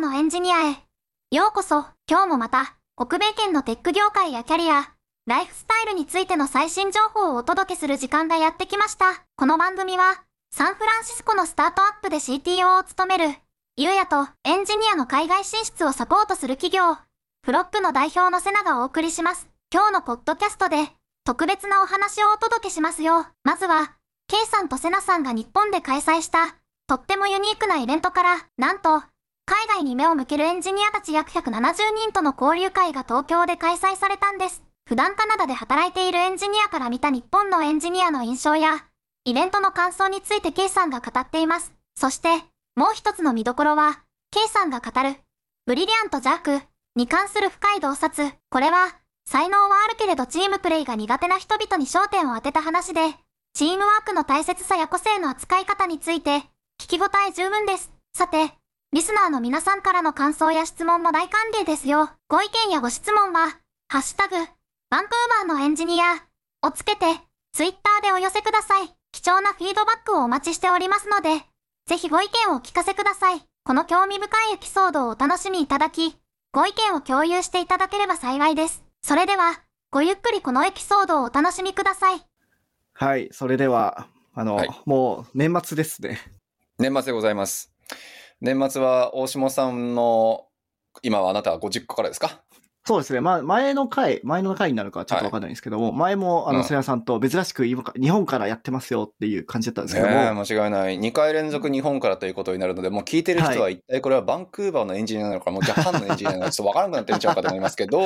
のエンジニアへようこそ。今日もまた北米圏のテック業界やキャリア、ライフスタイルについての最新情報をお届けする時間がやってきました。この番組はサンフランシスコのスタートアップで CTO を務めるゆうやとエンジニアの海外進出をサポートする企業フロップの代表のセナがお送りします。今日のポッドキャストで特別なお話をお届けしますよ。まずは K さんとセナさんが日本で開催したとってもユニークなイベントから、なんと海外に目を向けるエンジニアたち約170人との交流会が東京で開催されたんです。普段カナダで働いているエンジニアから見た日本のエンジニアの印象やイベントの感想について K さんが語っています。そしてもう一つの見どころは K さんが語るブリリアントジャークに関する深い洞察。これは才能はあるけれどチームプレイが苦手な人々に焦点を当てた話で、チームワークの大切さや個性の扱い方について聞き応え十分です。さて、リスナーの皆さんからの感想や質問も大歓迎ですよ。ご意見やご質問はハッシュタグバンクーバーのエンジニアをつけてツイッターでお寄せください。貴重なフィードバックをお待ちしておりますので、ぜひご意見をお聞かせください。この興味深いエピソードをお楽しみいただき、ご意見を共有していただければ幸いです。それでは、ごゆっくりこのエピソードをお楽しみください。 はい、それでは、もう年末ですね。 年末でございます。年末は大下さんの、今はあなたは50個からですか？ そうですね。まあ、前の回になるかちょっとわかんないんですけども、前も、セナさんと珍しく日本からやってますよっていう感じだったんですけども。 間違いない。2回連続日本からということになるので、もう聞いてる人は一体これはバンクーバーのエンジニアなのか、もうジャパンのエンジニアなのか、ちょっとわからなくなってるんちゃうかと思いますけど、はい、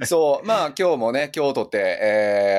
そう、まあ今日もね、京都って、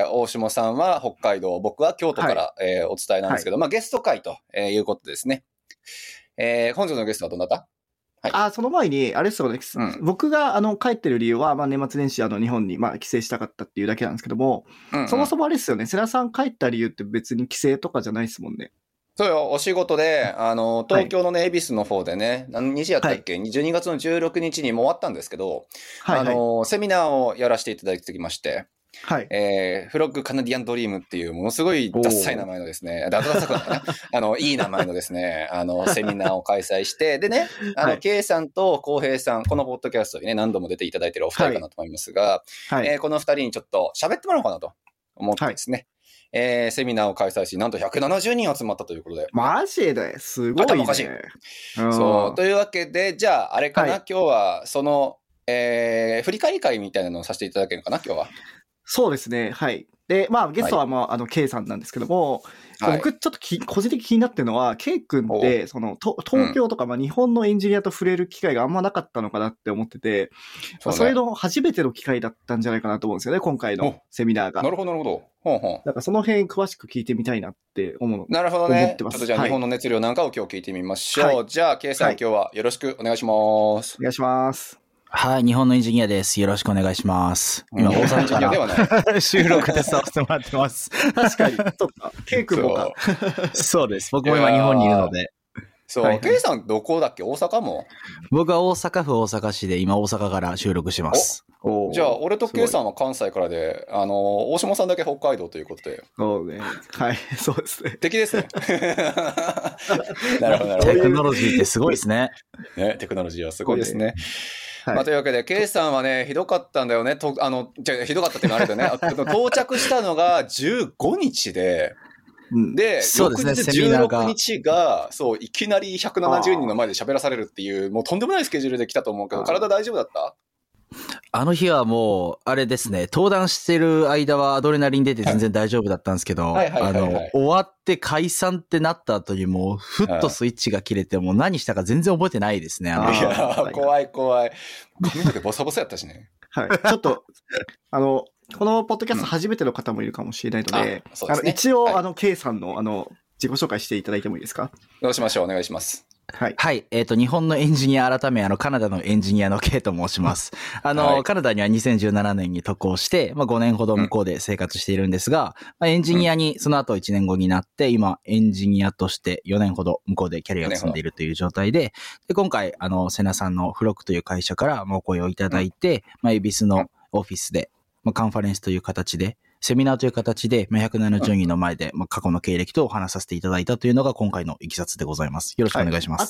大下さんは北海道、僕は京都から、お伝えなんですけど、まあゲスト会ということですね。本日のゲストはどなた？ はい、その前に、あれですよね、僕が帰ってる理由は、まあ年末年始日本に帰省したかったっていうだけなんですけども、そもそもあれですよね、セナさん帰った理由って別に帰省とかじゃないですもんね。 そうよ、お仕事で、東京のね、恵比寿の方でね、何日やったっけ、12月の16日にもう終わったんですけど、セミナーをやらせていただいてきまして、はい。フロッグカナディアンドリームっていうものすごいダッサい名前のですね、ダサくないな、いい名前のですね、セミナーを開催して、でね、K さんと浩平さん、このポッドキャストにね、何度も出ていただいているお二人かなと思いますが、この二人にちょっと喋ってもらおうかなと思ってですね、セミナーを開催し、なんと170人集まったということで。 マジですごいね。 頭おかしい。そう。というわけで、じゃあ、あれかな、今日は、その、振り返り会みたいなのをさせていただけるのかな、今日は。 そうですね。はい。で、まあ、ゲストは、K さんなんですけども、僕、ちょっと個人的に気になってるのは、K 君って、東京とか、日本のエンジニアと触れる機会があんまなかったのかなって思ってて、それの初めての機会だったんじゃないかなと思うんですよね、今回のセミナーが。 なるほど、なるほど。ほうほう。 だからその辺詳しく聞いてみたいなって思ってます。 なるほどね。ちょっとじゃあ日本の熱量なんかを今日聞いてみましょう。じゃあ、K さん、今日はよろしくお願いします。 お願いします。 はい、日本のエンジニアです。よろしくお願いします。 今、大阪から収録でさせてもらってます。 確かに。そうか。K 君もか。 そうです。僕も今日本にいるので。 そう。K さんどこだっけ？大阪も？ 僕は大阪府大阪市で今大阪から収録します。 じゃあ、俺と K さんは関西からで、大下さんだけ北海道ということで。 そうね。はい、そうですね。 敵ですね。なるほど、なるほど。 テクノロジーってすごいですね。 ね、テクノロジーはすごいですね。というわけで、K さんはね、ひどかったんだよね。ひどかったっていうのはあれだよね。到着したのが15日で、で、翌日16日が、そう、いきなり170人の前で喋らされるっていう、もうとんでもないスケジュールで来たと思うけど、体大丈夫だった？ あの日はもう、あれですね、登壇してる間はアドレナリン出て全然大丈夫だったんですけど、終わって解散ってなった後にもう、ふっとスイッチが切れて、もう何したか全然覚えてないですね。 いや、怖い怖い。髪の毛ボサボサやったしね。 はい。ちょっと、このポッドキャスト初めての方もいるかもしれないので、一応、K さんの、自己紹介していただいてもいいですか？ どうしましょう。お願いします。 はい。はい。日本のエンジニア改め、カナダのエンジニアの K と申します。カナダには2017年に渡航して、5年ほど向こうで生活しているんですが、エンジニアにその後1年後になって、今、エンジニアとして4年ほど向こうでキャリアを積んでいるという状態で、今回、セナさんのフロックという会社からお声をいただいて、恵比寿のオフィスで、カンファレンスという形で、セミナーという形で、170人の前で、過去の経歴とお話させていただいたというのが今回のいきさつでございます。よろしくお願いします。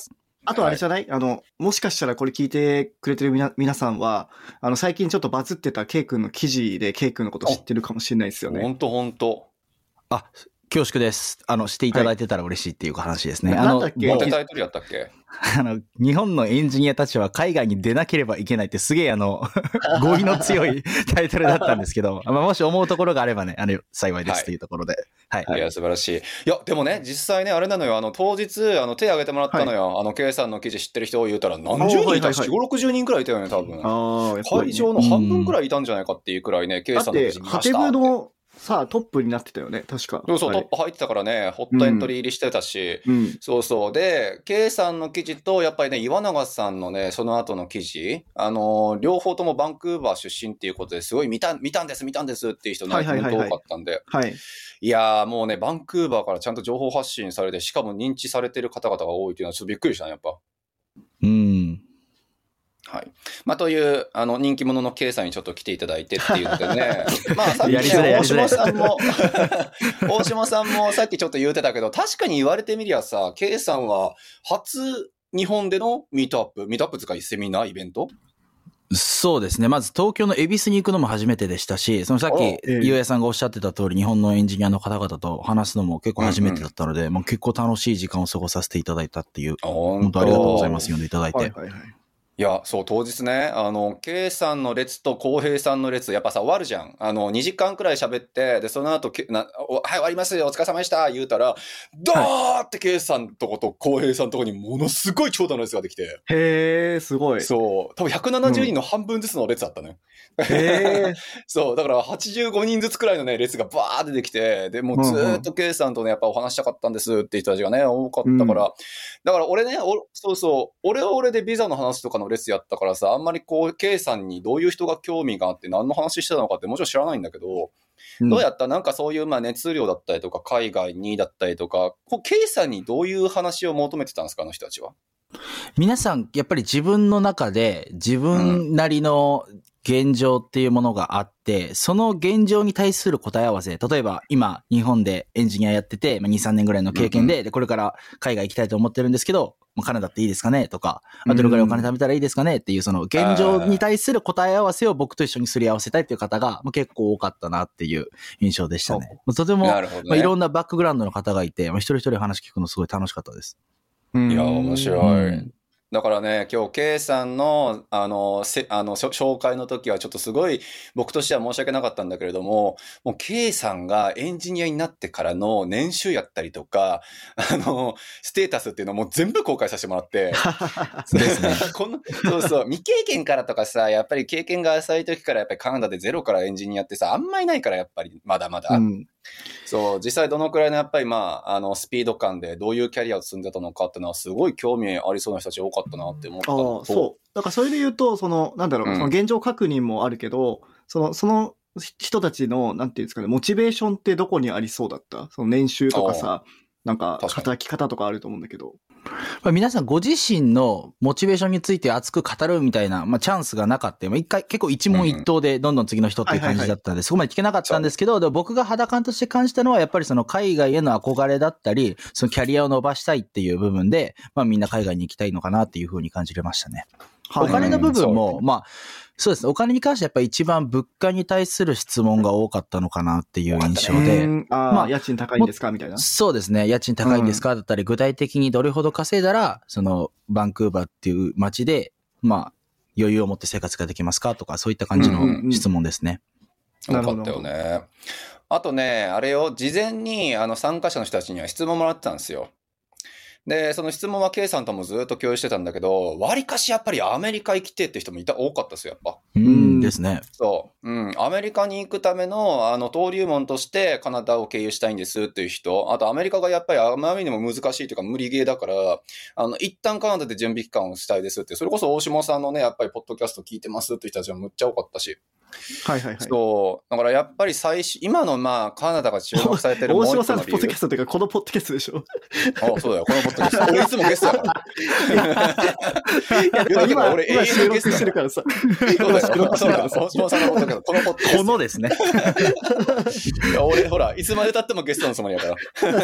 あとあれじゃない、もしかしたらこれ聞いてくれてる皆さんは、最近ちょっとバズってた K 君の記事で K 君のこと知ってるかもしれないですよね。 ほんと。 あ、恐縮です。していただいてたら嬉しいっていう話ですね。 なんだっけ？ なんてタイトルやったっけ？ 日本のエンジニアたちは海外に出なければいけないってすげえ語彙の強いタイトルだったんですけど、もし思うところがあればね、幸いですというところで。はい。 いや、素晴らしい。いや、でもね、実際ね、あれなのよ、当日、手挙げてもらったのよ。K さんの記事知ってる人を言うたら何十人いた、4、50、60人くらいいたよね、多分。会場の半分くらいいたんじゃないかっていうくらいね、K さんの記事見ました。 ハテブのさあ、トップになってたよね、確か。 そう、トップ入ってたからね、ホットエントリー入りしてたし、そう。で、K さんの記事と、やっぱりね、岩永さんのね、その後の記事、両方ともバンクーバー出身っていうことですごい見たんですっていう人ね、本当多かったんで。いやー、もうね、バンクーバーからちゃんと情報発信されて、しかも認知されてる方々が多いっていうのはちょっとびっくりしたね、やっぱ。はい。という、人気者の K さんにちょっと来ていただいてっていうのでね。さっきね、大島さんもさっきちょっと言うてたけど、確かに言われてみりゃさ、K さんは初日本でのミートアップ使いセミナーイベント？ そうですね。まず東京の恵比寿に行くのも初めてでしたし、そのさっき、ゆうやさんがおっしゃってた通り、日本のエンジニアの方々と話すのも結構初めてだったので、結構楽しい時間を過ごさせていただいたっていう、本当ありがとうございます。呼んでいただいて。 いや、そう、当日ね、K さんの列と浩平さんの列、やっぱさ、終わるじゃん。2時間くらい喋って、で、その後、はい、終わりますよ、お疲れ様でした、言うたら、ドーって K さんとこと浩平さんとこにものすごい長蛇の列ができて。 へー、すごい。 そう、多分170人の半分ずつの列だったね。 へー。そう、 だから85人ずつくらいのね、列がバーって出てきて、で、もうずーっと K さんとね、やっぱお話したかったんですっていう人たちがね、多かったから、だから俺ね、俺は俺でビザの話とかの列やったからさ、あんまりK さんにどういう人が興味があって何の話してたのかってもちろん知らないんだけど、どうやったなんかそういう熱量だったりとか、海外にだったりとか、K さんにどういう話を求めてたんですか、あの人たちは。 皆さん、やっぱり自分の中で自分なりの現状っていうものがあって、その現状に対する答え合わせ。例えば、今、日本でエンジニアやってて、2、3年ぐらいの経験で、これから海外行きたいと思ってるんですけど、カナダっていいですかねとか、どれくらいお金貯めたらいいですかねっていう、その現状に対する答え合わせを僕と一緒にすり合わせたいっていう方が結構多かったなっていう印象でしたね。とても、いろんなバックグラウンドの方がいて、一人一人話聞くのすごい楽しかったです。 いや、面白い。だからね、今日 K さんの、紹介の時はちょっとすごい僕としては申し訳なかったんだけれども、もう K さんがエンジニアになってからの年収やったりとか、ステータスっていうのをもう全部公開させてもらって。 そうですね。 そう、未経験からとかさ、やっぱり経験が浅い時からやっぱりカナダでゼロからエンジニアってさ、あんまりないからやっぱりまだまだ。そう、実際どのくらいのやっぱりスピード感でどういうキャリアを積んでたのかっていうのはすごい興味ありそうな人たち多かったなって思ったのと。 そう。だからそれで言うと、その現状確認もあるけど、その人たちの、なんていうんですかね、モチベーションってどこにありそうだった？その年収とかさ、なんか働き方とかあると思うんだけど。 皆さんご自身のモチベーションについて熱く語るみたいな、チャンスがなかった。一回結構一問一答でどんどん次の人っていう感じだったんで、そこまで聞けなかったんですけど、でも僕が肌感として感じたのはやっぱりその海外への憧れだったり、そのキャリアを伸ばしたいっていう部分で、みんな海外に行きたいのかなっていう風に感じれましたね。お金の部分も、そうですね。お金に関してやっぱり一番物価に対する質問が多かったのかなっていう印象で。 家賃高いんですかみたいな。 そうですね。家賃高いんですかだったり、具体的にどれほど稼いだら、そのバンクーバーっていう街で、余裕を持って生活ができますかとか、そういった感じの質問ですね。 多かったよね。あとね、あれを事前に参加者の人たちには質問もらってたんですよ。で、その質問は K さんともずっと共有してたんだけど、割かしやっぱりアメリカ行きてって人も多かったですよ、やっぱ。 ですね。 そう。アメリカに行くための、登竜門としてカナダを経由したいんですっていう人、あとアメリカがやっぱりあまりにも難しいというか無理ゲーだから、一旦カナダで準備期間をしたいですって、それこそ大下さんのね、やっぱりポッドキャスト聞いてますっていう人たちはむっちゃ多かったし。 はいはいはい。 そう。だからやっぱり今のまあカナダが注目されてるもう一個の理由。 大島さんのポッドキャストというか、このポッドキャストでしょ。 あ、そうだよ、このポッドキャスト。俺いつもゲストだから。 今収録してるからさ。 そうだよ。大島さんのポッドキャスト、このポッドキャスト。 このですね。 俺、ほら、いつまで経ってもゲストのつもりやから。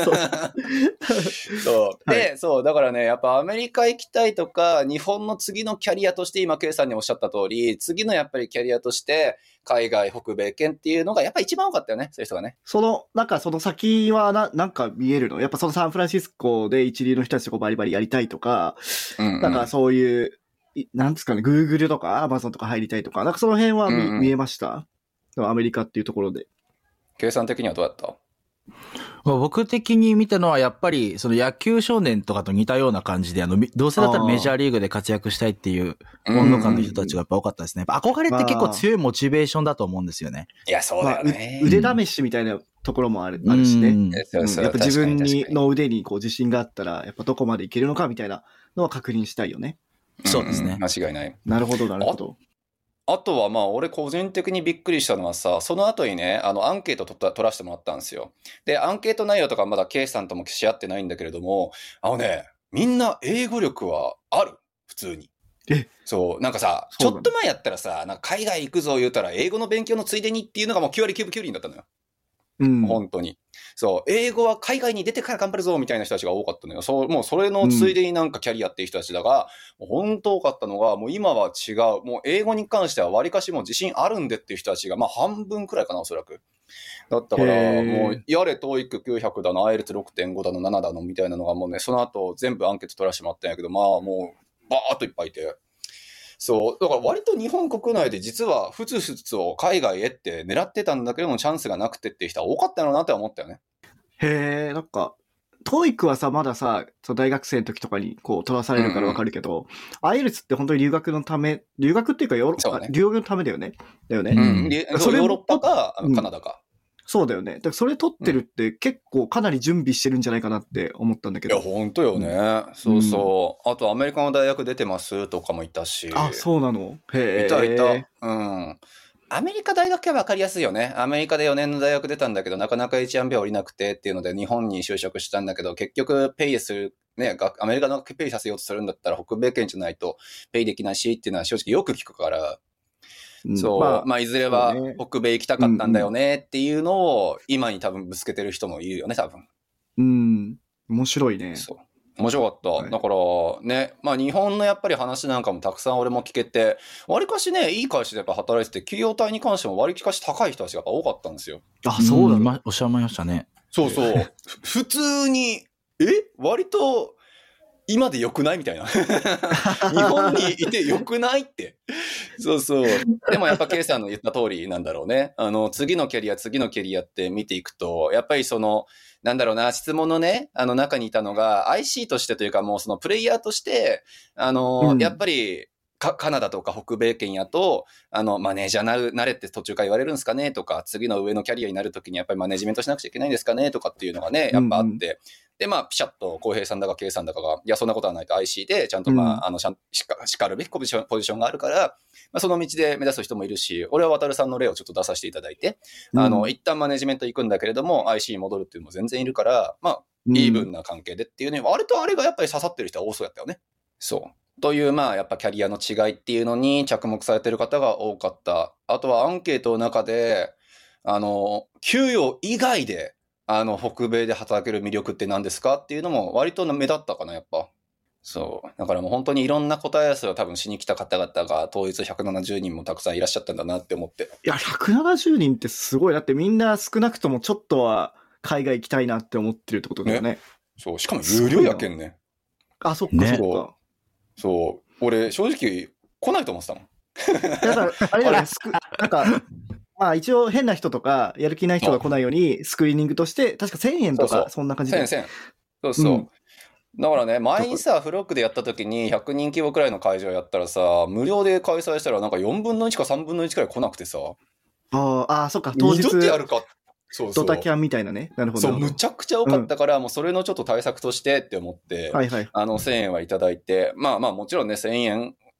そう。で、そう、だからね、やっぱアメリカ行きたいとか、日本の次のキャリアとして、今、ケイさんにおっしゃった通り、次のやっぱりキャリアとして、海外、北米圏っていうのが、やっぱ一番多かったよね、そういう人がね。 なんかその先はなんか見えるの？やっぱそのサンフランシスコで一流の人たちとバリバリやりたいとか、なんかそういう、なんですかね、Google とか Amazon とか入りたいとか、なんかその辺は見えました？アメリカっていうところで。 計算的にはどうやった？ 僕的に見たのはやっぱりその野球少年とかと似たような感じでどうせだったらメジャーリーグで活躍したいっていう温度感の人たちがやっぱ多かったですね。憧れって結構強いモチベーションだと思うんですよね。 いや、そうだよね。 腕試しみたいなところもあるしね。やっぱ自分の腕にこう自信があったら、やっぱどこまでいけるのかみたいなのは確認したいよね。 そうですね。 間違いない。 なるほど、なるほど。 あとはまあ俺個人的にびっくりしたのはさ、その後にね、アンケート取らせてもらったんですよ。で、アンケート内容とかまだケイさんともし合ってないんだけれども、みんな英語力はある、普通に。そう、なんかさ、ちょっと前やったらさ、なんか海外行くぞ言うたら英語の勉強のついでにっていうのがもう9割9分9厘だったのよ。本当に。そう、英語は海外に出てから頑張るぞみたいな人たちが多かったのよ。もうそれのついでになんかキャリアっていう人たちだが、本当多かったのが、もう今は違う。もう英語に関しては割かしもう自信あるんでっていう人たちが、まあ半分くらいかな、おそらく。だったから、もう、やれ TOEIC900 だの、IELTS6.5 だの、7だの、みたいなのがもうね、その後全部アンケート取らせてもらったんやけど、まあもう、バーっといっぱいいて。そう。だから割と日本国内で実はふつふつを海外へって狙ってたんだけどもチャンスがなくてっていう人は多かったのなって思ったよね。 なんか、TOEIC はさ、まださ、大学生の時とかにこう取らされるからわかるけど、IELTS って本当に留学のため、留学っていうか留学のためだよね。 それヨーロッパかカナダか。 そうだよね。だからそれ取ってるって結構かなり準備してるんじゃないかなって思ったんだけど。 いや、ほんとよね。そうそう。あとアメリカの大学出てますとかもいたし。 あ、そうなの？ いた。アメリカ大学は分かりやすいよね。アメリカで4年の大学出たんだけど、なかなか H1B 降りなくてっていうので、日本に就職したんだけど、結局ペイする、ね、アメリカのペイさせようとするんだったら、北米圏じゃないとペイできないしっていうのは正直よく聞くから、そう。まあ、いずれは北米行きたかったんだよねっていうのを、今に多分ぶつけてる人もいるよね、多分。 面白いね。 そう。面白かった。だからね、まあ日本のやっぱり話なんかもたくさん俺も聞けて、割かしね、いい会社でやっぱ働いてて、企業体に関しても割かし高い人たちが多かったんですよ。 あ、そうだね。 おっしゃいましたね。 そうそう。普通に、割と、今で良くないみたいな。日本にいて良くないって。そうそう。でもやっぱケイさんの言った通りなんだろうね。次のキャリアって見ていくと、やっぱりなんだろうな、質問のね、中にいたのが、IC としてというかもうそのプレイヤーとして、やっぱり、カナダとか北米圏やと、マネージャーなれって途中から言われるんですかねとか、次の上のキャリアになるときにやっぱりマネジメントしなくちゃいけないんですかねとかっていうのがね、やっぱあって。で、まあ、ピシャッと、浩平さんだか、圭さんだかが、いや、そんなことはないと IC で、ちゃんと、しかるべきポジションがあるから、まあ、その道で目指す人もいるし、俺は渡さんの例をちょっと出させていただいて、一旦マネジメント行くんだけれども、IC に戻るっていうのも全然いるから、まあ、イーブンな関係でっていうね、割とあれがやっぱり刺さってる人は多そうやったよね。そう。という、まあ、やっぱキャリアの違いっていうのに着目されてる方が多かった。あとはアンケートの中で、給与以外で、北米で働ける魅力って何ですかっていうのも割と目立ったかな、やっぱ。そう。だからもう本当にいろんな答え合わせを多分しに来た方々が統一170人もたくさんいらっしゃったんだなって思って。 いや、170人ってすごい。だってみんな少なくともちょっとは海外行きたいなって思ってるってことだよね。 そう。しかも有料やけんね。 あ、そっかそっか。 そう。俺、正直来ないと思ってたもん。 だから、あれだよね。なんか、まあ一応変な人とかやる気ない人が来ないようにスクリーニングとして確か1000円とかそんな感じで。 1000円。そうそう。だからね、前にさ、フロックでやった時に100人規模くらいの会場やったらさ、無料で開催したらなんか4分の1か3分の1くらい来なくてさ。 あ、そっか、当日。 二度ってやるか。そうドタキャンみたいなね。なるほど。 そう、むちゃくちゃ多かったから、もうそれのちょっと対策としてって思って、1000円はいただいて、まあまあもちろんね、1000円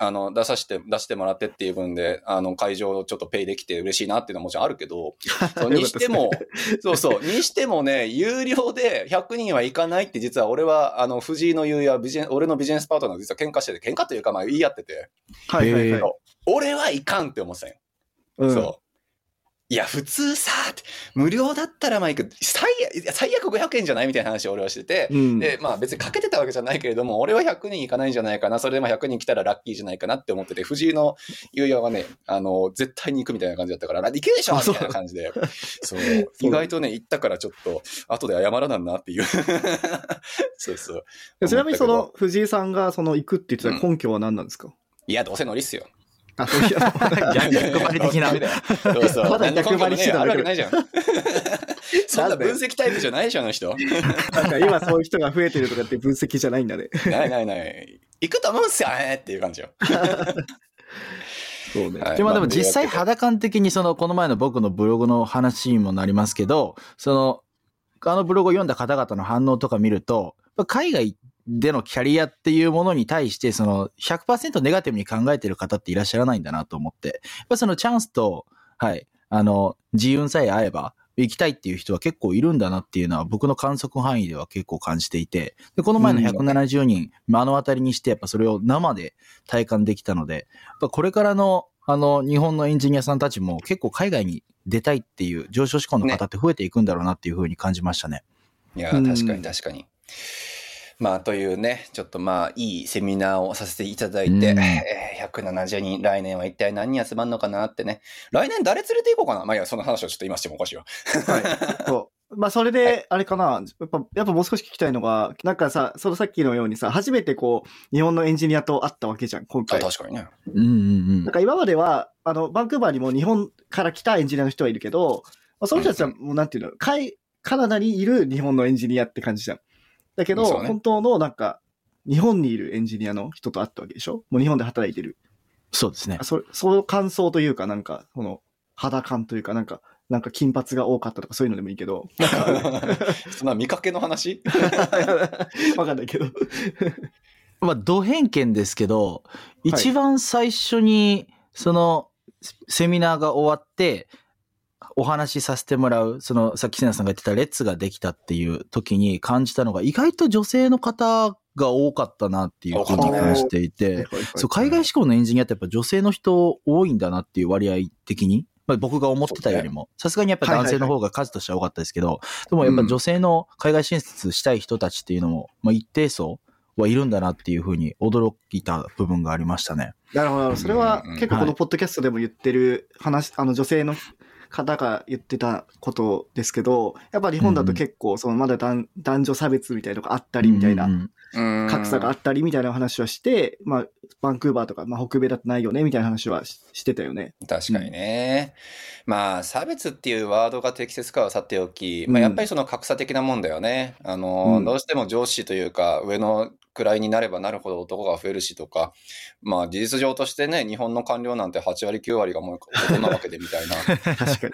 出してもらってっていう分で、会場をちょっとペイできて嬉しいなっていうのはもちろんあるけど、にしても、にしてもね、有料で100人はいかないって実は俺は、藤井の言うや俺のビジネスパートナー実は喧嘩というかまあ言い合ってて、 はいはいはい。 俺はいかんって思ってたよ。そう。いや、普通さ、無料だったらまあ行く。最悪500円じゃないみたいな話を俺はしてて、で、まあ別にかけてたわけじゃないけれども、俺は100人行かないんじゃないかな。それでまあ100人来たらラッキーじゃないかなって思ってて、藤井の優也はね、絶対に行くみたいな感じだったから、行けるでしょみたいな感じで。そう。意外とね、行ったからちょっと、後で謝らなんなっていう。そう。 ちなみにその、藤井さんが行くって言ってた根拠は何なんですか？ いや、どうせノリっすよ。 逆張り的な。 そう。 まだ逆張りしてたあるわけないじゃん。そんな分析タイプじゃないでしょ、あの人。 なんか今そういう人が増えてるとかって分析じゃないんだね。 ない。行くと思うんすよねっていう感じよ。 そうね。 でも実際肌感的にこの前の僕のブログの話にもなりますけど、ブログを読んだ方々の反応とか見ると、海外でのキャリアっていうものに対して、100% ネガティブに考えてる方っていらっしゃらないんだなと思って、チャンスと、はい、自由さえ合えば、行きたいっていう人は結構いるんだなっていうのは僕の観測範囲では結構感じていて、でこの前の170人、目の当たりにしてやっぱそれを生で体感できたので、やっぱこれからの日本のエンジニアさんたちも結構海外に出たいっていう上昇志向の方って増えていくんだろうなっていうふうに感じましたね。 いや、確かに。まあ、というね、ちょっとまあ、いいセミナーをさせていただいて、170人、来年は一体何人集まるのかなってね。来年誰連れて行こうかな。まあいや、その話をちょっと今してもおかしいわ。 はい。まあ、それで、あれかな、やっぱもう少し聞きたいのが、なんかさ、さっきのようにさ、初めて日本のエンジニアと会ったわけじゃん、今回。 確かにね。 なんか今までは、バンクーバーにも日本から来たエンジニアの人はいるけど、その人たちはもうなんていうの、カナダにいる日本のエンジニアって感じじゃん。だけど、本当のなんか、日本にいるエンジニアの人と会ったわけでしょ？もう日本で働いてる。 そうですね。 その感想というか、なんか、肌感というか、なんか金髪が多かったとかそういうのでもいいけど。 そんな見かけの話？ わかんないけど。 まあ、ド偏見ですけど、一番最初に、セミナーが終わって、お話しさせてもらう、さっき瀬名さんが言ってた列ができたっていう時に感じたのが、意外と女性の方が多かったなっていうふうに感じていて、海外志向のエンジニアってやっぱ女性の人多いんだなっていう割合的に、まあ、僕が思ってたよりも、さすがにやっぱ男性の方が数としては多かったですけど、でもやっぱ女性の海外進出したい人たちっていうのも、まあ、一定層はいるんだなっていうふうに驚いた部分がありましたね。 なるほど。それは結構このポッドキャストでも言ってる話、女性の方が言ってたことですけど、やっぱ日本だと結構まだ男女差別みたいなのがあったりみたいな、格差があったりみたいな話はして、まあバンクーバーとか、まあ、北米だとないよねみたいな話はしてたよね。 確かにね。まあ差別っていうワードが適切かはさておき、まあやっぱり格差的なもんだよね。どうしても上司というか上の位になればなるほど男が増えるしとか、まあ事実上としてね、日本の官僚なんて8割9割がもう男なわけでみたいな。 確かに。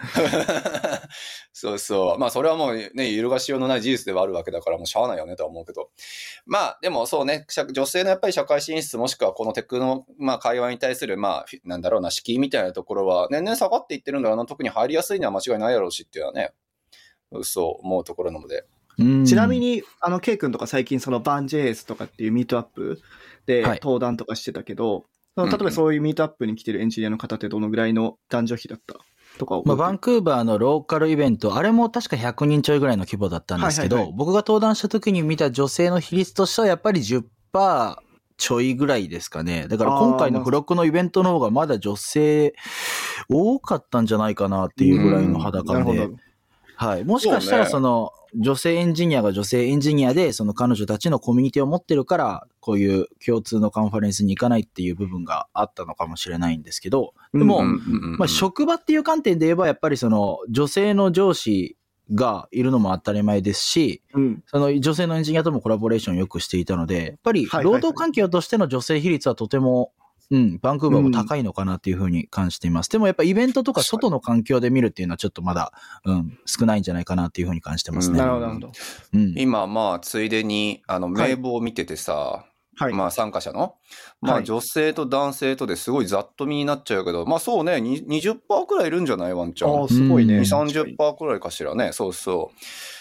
そう。まあそれはもうね、揺るがしようのない事実ではあるわけだからもうしゃあないよねとは思うけど。まあでもそうね、女性のやっぱり社会進出もしくはこのテクの、まあ会話に対するまあなんだろうな、敷居みたいなところは年々下がっていってるんだろうな、特に入りやすいのは間違いないやろうしっていうのはね、そう思うところなので。 ちなみに、ケイ君とか最近バン JS とかっていうミートアップで登壇とかしてたけど、例えばそういうミートアップに来てるエンジニアの方ってどのぐらいの男女比だったとかまあ、バンクーバーのローカルイベント、あれも確か100人ちょいぐらいの規模だったんですけど、僕が登壇した時に見た女性の比率としてはやっぱり 10% ちょいぐらいですかね。だから今回の付録のイベントの方がまだ女性多かったんじゃないかなっていうぐらいの肌感で。はい。もしかしたら女性エンジニアが女性エンジニアで彼女たちのコミュニティを持ってるからこういう共通のカンファレンスに行かないっていう部分があったのかもしれないんですけど、でも、まあ職場っていう観点で言えばやっぱり女性の上司がいるのも当たり前ですし、女性のエンジニアともコラボレーションをよくしていたので、やっぱり労働環境としての女性比率はとてもバンクーバーも高いのかなっていうふうに感じています。でもやっぱイベントとか外の環境で見るっていうのはちょっとまだ、少ないんじゃないかなっていうふうに感じてますね。 なるほど。 今まあついでに名簿を見ててさ、 はい、 まあ参加者の、まあ女性と男性とですごいざっと見になっちゃうけど、まあそうね、20% くらいいるんじゃないワンちゃん。 すごいね。 2、30% くらいかしらね。そうそう。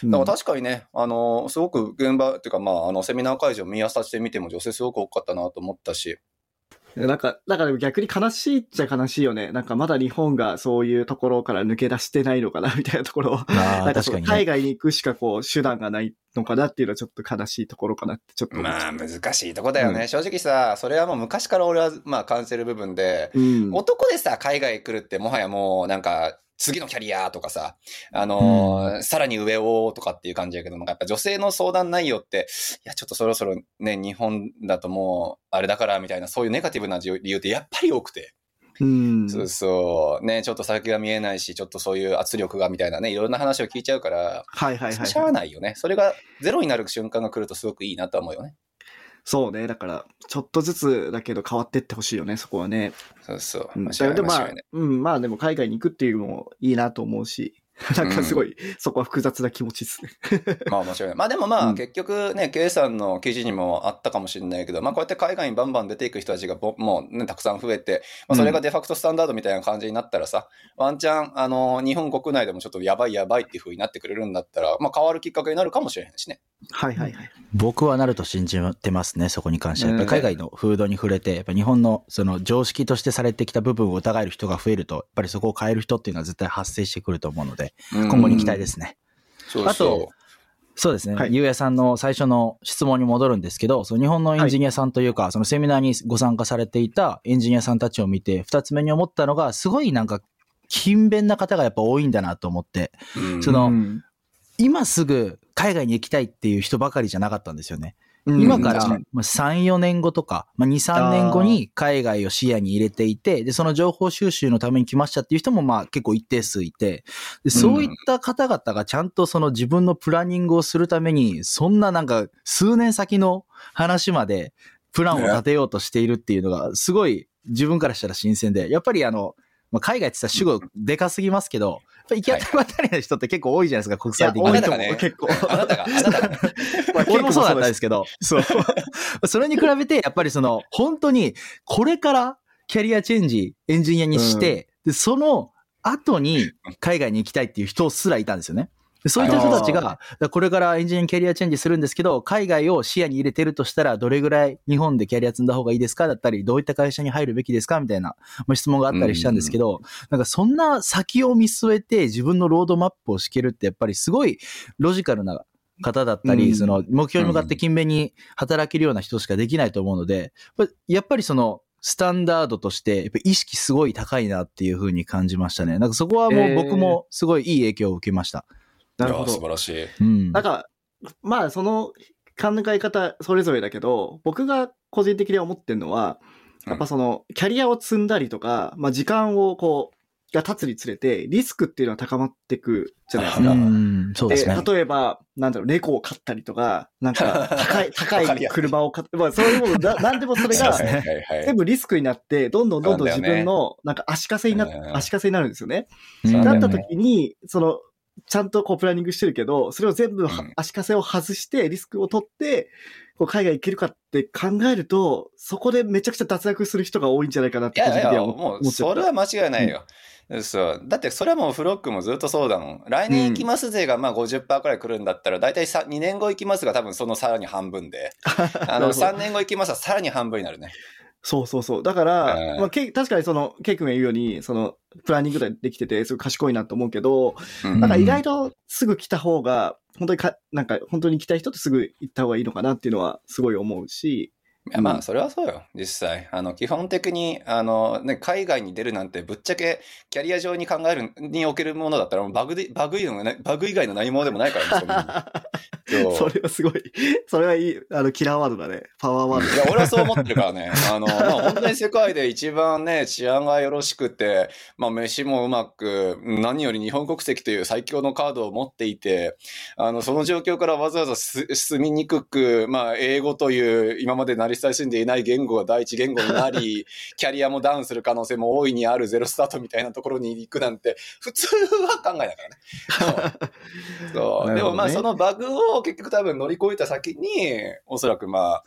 だから確かにね、すごく現場っていうか、まあセミナー会場見渡してみても女性すごく多かったなと思ったし。 だからでも逆に悲しいっちゃ悲しいよね。なんかまだ日本がそういうところから抜け出してないのかなみたいなところ。なんか海外に行くしかこう手段がないのかなっていうのはちょっと悲しいところかなってちょっと思っちゃう。 まあ難しいとこだよね。正直さ、それはもう昔から俺はまあ感じてる部分で、男でさ、海外来るってもはやもうなんか、次のキャリアとかさ、さらに上をとかっていう感じやけども、やっぱ女性の相談内容って、いや、ちょっとそろそろね、日本だともう、あれだからみたいな、そういうネガティブな理由ってやっぱり多くて。そうそう。ね、ちょっと先が見えないし、ちょっとそういう圧力がみたいなね、いろんな話を聞いちゃうから、しゃあないよね。それがゼロになる瞬間が来るとすごくいいなと思うよね。 そうね。だから、ちょっとずつだけど変わってってほしいよね、そこはね。 そうそう。 でまあでも海外に行くっていうのもいいなと思うし、なんかすごい、そこは複雑な気持ちですね。 まあ面白い。まあでもまあ、結局ね、K さんの記事にもあったかもしれないけど、まあこうやって海外にバンバン出ていく人たちがもうね、たくさん増えて、まあそれがデファクトスタンダードみたいな感じになったらさ、ワンチャン、日本国内でもちょっとやばいっていう風になってくれるんだったら、まあ変わるきっかけになるかもしれへんしね。 はいはいはい。 僕はなると信じてますね、そこに関しては。やっぱり海外の風土に触れて、やっぱ日本のその常識としてされてきた部分を疑える人が増えると、やっぱりそこを変える人っていうのは絶対発生してくると思うので、今後に期待ですね。あと、そうですね、ゆうやさんの最初の質問に戻るんですけど、その日本のエンジニアさんというか、そのセミナーにご参加されていたエンジニアさんたちを見て、二つ目に思ったのが、すごいなんか、勤勉な方がやっぱ多いんだなと思って、今すぐ海外に行きたいっていう人ばかりじゃなかったんですよね。今から3、4年後とか、2、3年後に海外を視野に入れていて、で、その情報収集のために来ましたっていう人も結構一定数いて、でそういった方々がちゃんとその自分のプランニングをするために、そんななんか数年先の話までプランを立てようとしているっていうのが、すごい自分からしたら新鮮で、やっぱり海外って言ったら主語でかすぎますけど、行き当たりばったりな人って結構多いじゃないですか、国際的に。 多いと思う、結構。あなたが。 俺もそうだったんですけど、そう。それに比べて、やっぱり本当に、これからキャリアチェンジ、エンジニアにして、で、その後に海外に行きたいっていう人すらいたんですよね。そういった人たちが、これからエンジニアにキャリアチェンジするんですけど、海外を視野に入れてるとしたら、どれぐらい日本でキャリア積んだ方がいいですかだったり、どういった会社に入るべきですかみたいな質問があったりしたんですけど、なんかそんな先を見据えて自分のロードマップを敷けるってやっぱりすごいロジカルな方だったり、その目標に向かって勤勉に働けるような人しかできないと思うので、やっぱりスタンダードとしてやっぱ意識すごい高いなっていう風に感じましたね。なんかそこはもう僕もすごいいい影響を受けました。 なるほど。 素晴らしい。 なんか、まあその考え方それぞれだけど、僕が個人的に思ってるのは、やっぱキャリアを積んだりとか、まあ時間をが経つにつれて、リスクっていうのは高まっていくじゃないですか。 そうですね。 例えば、レコを買ったりとか、なんか高い車を買って、まあそういうもの、なんでもそれが、全部リスクになって、どんどん自分の、なんか足かせになるんですよね。だった時に、ちゃんとプランニングしてるけど、それを全部足かせを外してリスクを取って、海外行けるかって考えると、そこでめちゃくちゃ脱落する人が多いんじゃないかなって個人的には思ってた。 もうそれは間違いないよ。そう。だってそれはもうフロックもずっとそうだもん。来年行きます税が50% くらい来るんだったら、だいたい2年後行きますが多分そのさらに半分で、3年後行きますはさらに半分になるね。 そう。だから、確かにケイ君が言うように、プランニングできてて、すごい賢いなと思うけど、なんか意外とすぐ来た方が、本当に行きたい人ってすぐ行った方がいいのかなっていうのはすごい思うし、 いやまあそれはそうよ実際基本的に海外に出るなんてぶっちゃけキャリア上に考えるにおけるものだったらバグ以外の何者でもないからねそれはすごいそれはいいキラーワードだねパワーワード。 いや俺はそう思ってるからね本当に世界で一番ね治安がよろしくて飯もうまく何より日本国籍という最強のカードを持っていてその状況からわざわざ住みにくく英語という今まで慣れ親しんでいない言語が第一言語になりキャリアもダウンする可能性も大いにあるゼロスタートみたいなところに行くなんて普通は考えないからねそうでもそのバグを結局多分乗り越えた先におそらく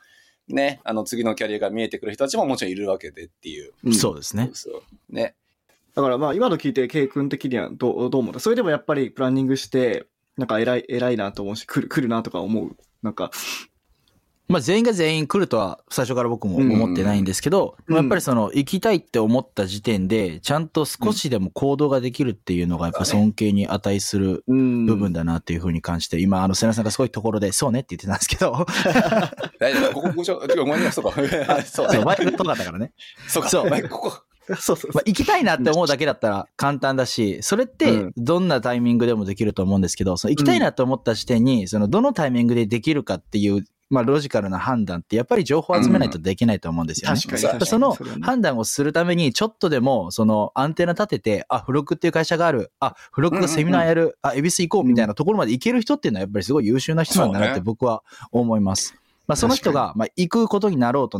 ね、次のキャリアが見えてくる人たちももちろんいるわけでっていう。 そうですね。 そうね。 だからまあ今の聞いて、K 君的にはどう思った？それでもやっぱりプランニングして、なんか偉いなと思うし、来るなとか思う。なんか。 まあ全員が全員来るとは最初から僕も思ってないんですけど、やっぱり行きたいって思った時点で、ちゃんと少しでも行動ができるっていうのがやっぱ尊敬に値する部分だなっていうふうに感じて、今瀬名さんがすごいところで、そうねって言ってたんですけど。 大丈夫、ここ、お前にそうか。 そう、前のとかだからね。 そうか、ここ。 そう。 まあ、行きたいなって思うだけだったら簡単だし、それってどんなタイミングでもできると思うんですけど、行きたいなと思った時点に、どのタイミングでできるかっていう、まあ、ロジカルな判断ってやっぱり情報を集めないとできないと思うんですよね。 確かに。 その判断をするためにちょっとでもアンテナ立てて、付録っていう会社がある、付録がセミナーやる、恵比寿行こうみたいなところまで行ける人っていうのはやっぱりすごい優秀な人なんだなって僕は思います。まあ、その人が、まあ、行くことになろうと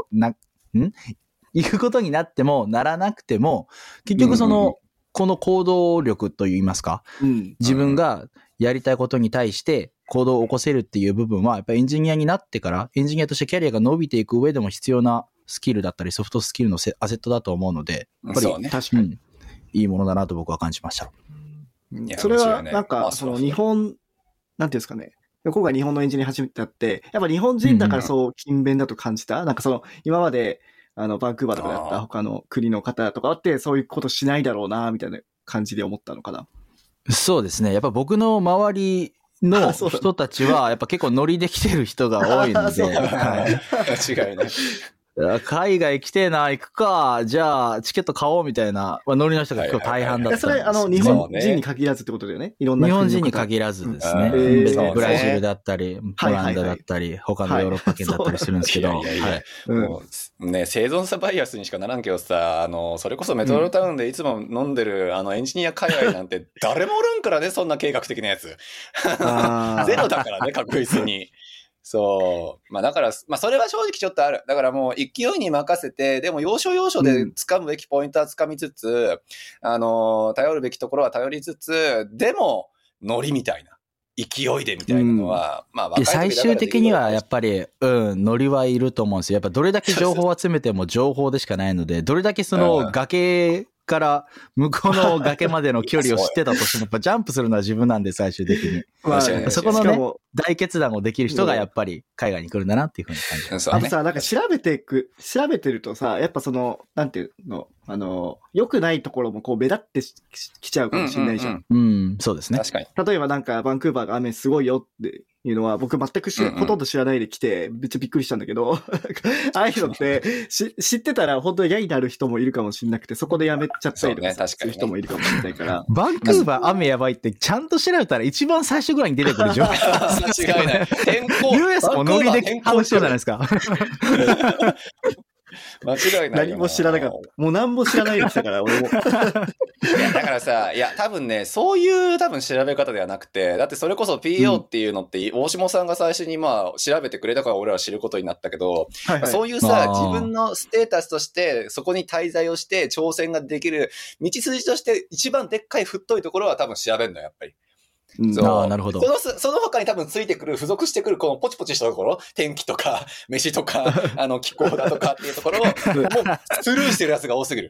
行くことになってもならなくても、結局この行動力といいますか、自分がやりたいことに対して行動を起こせるっていう部分は、やっぱりエンジニアになってから、エンジニアとしてキャリアが伸びていく上でも必要なスキルだったり、ソフトスキルのアセットだと思うので、やっぱり、 そうね、 確かに、 いいものだなと僕は感じました。 それは、なんか、日本、なんていうんですかね。今回日本のエンジニア始めたって、やっぱ日本人だからそう勤勉だと感じた。なんか今まで、バンクーバーとかだった他の国の方とかって、そういうことしないだろうな、みたいな感じで思ったのかな。 そうですね。やっぱ僕の周りの人たちは、やっぱ結構ノリで来てる人が多いので。 間違いない。 海外来てえな、行くか、じゃあチケット買おうみたいな、ノリの人が結構大半だったんです。 それ日本人に限らずってことだよね。いろんな日本人に限らずですね。ブラジルだったり、ポランダだったり、他のヨーロッパ圏だったりするんですけど。 もうね、生存者バイアスにしかならんけどさ、それこそメトロタウンでいつも飲んでる、エンジニア海外なんて誰もおるんからね、そんな計画的なやつ。ゼロだからね、確実に。そう。まあだから、まあそれは正直ちょっとある。だからもう勢いに任せて、でも要所要所で掴むべきポイントは掴みつつ、頼るべきところは頼りつつ、でも、ノリみたいな。勢いでみたいなのは、まあ若い時だから最終的にはやっぱり、ノリはいると思うんですよ。やっぱどれだけ情報を集めても情報でしかないので、どれだけ崖から向こうの崖までの距離を知ってたとしても、やっぱジャンプするのは自分なんで最終的に。そこのね、大決断をできる人がやっぱり海外に来るんだなっていうふうに感じます。 あとさ、なんか調べてるとさ、やっぱなんていうの、良くないところもこう目立ってきちゃうかもしれないじゃん。 そうですね。 確かに。 例えばなんかバンクーバーが雨すごいよっていうのは僕全くほとんど知らないで来てめっちゃびっくりしたんだけど、ああいうのって知ってたら本当に嫌になる人もいるかもしれなくて、そこでやめちゃったりとかする人もいるかもしれないから。 バンクーバー雨やばいってちゃんと調べたら一番最初ぐらいに出てくる情報。 間違いない。天候。 US もノリで話したじゃないですか。 間違いない。 何も知らなかった。もう何も知らないでしたから、俺も。 いや、だからさ、多分ね、そういう多分調べ方ではなくて、だってそれこそ PO っていうのって、大下さんが最初にまあ調べてくれたから俺らは知ることになったけど、そういうさ、自分のステータスとして、そこに滞在をして挑戦ができる道筋として一番でっかい太いところは多分調べるのよ、やっぱり。 なるほど。 その他に多分ついてくる、付属してくる、このポチポチしたところ、天気とか、飯とか、気候だとかっていうところを、もうスルーしてるやつが多すぎる。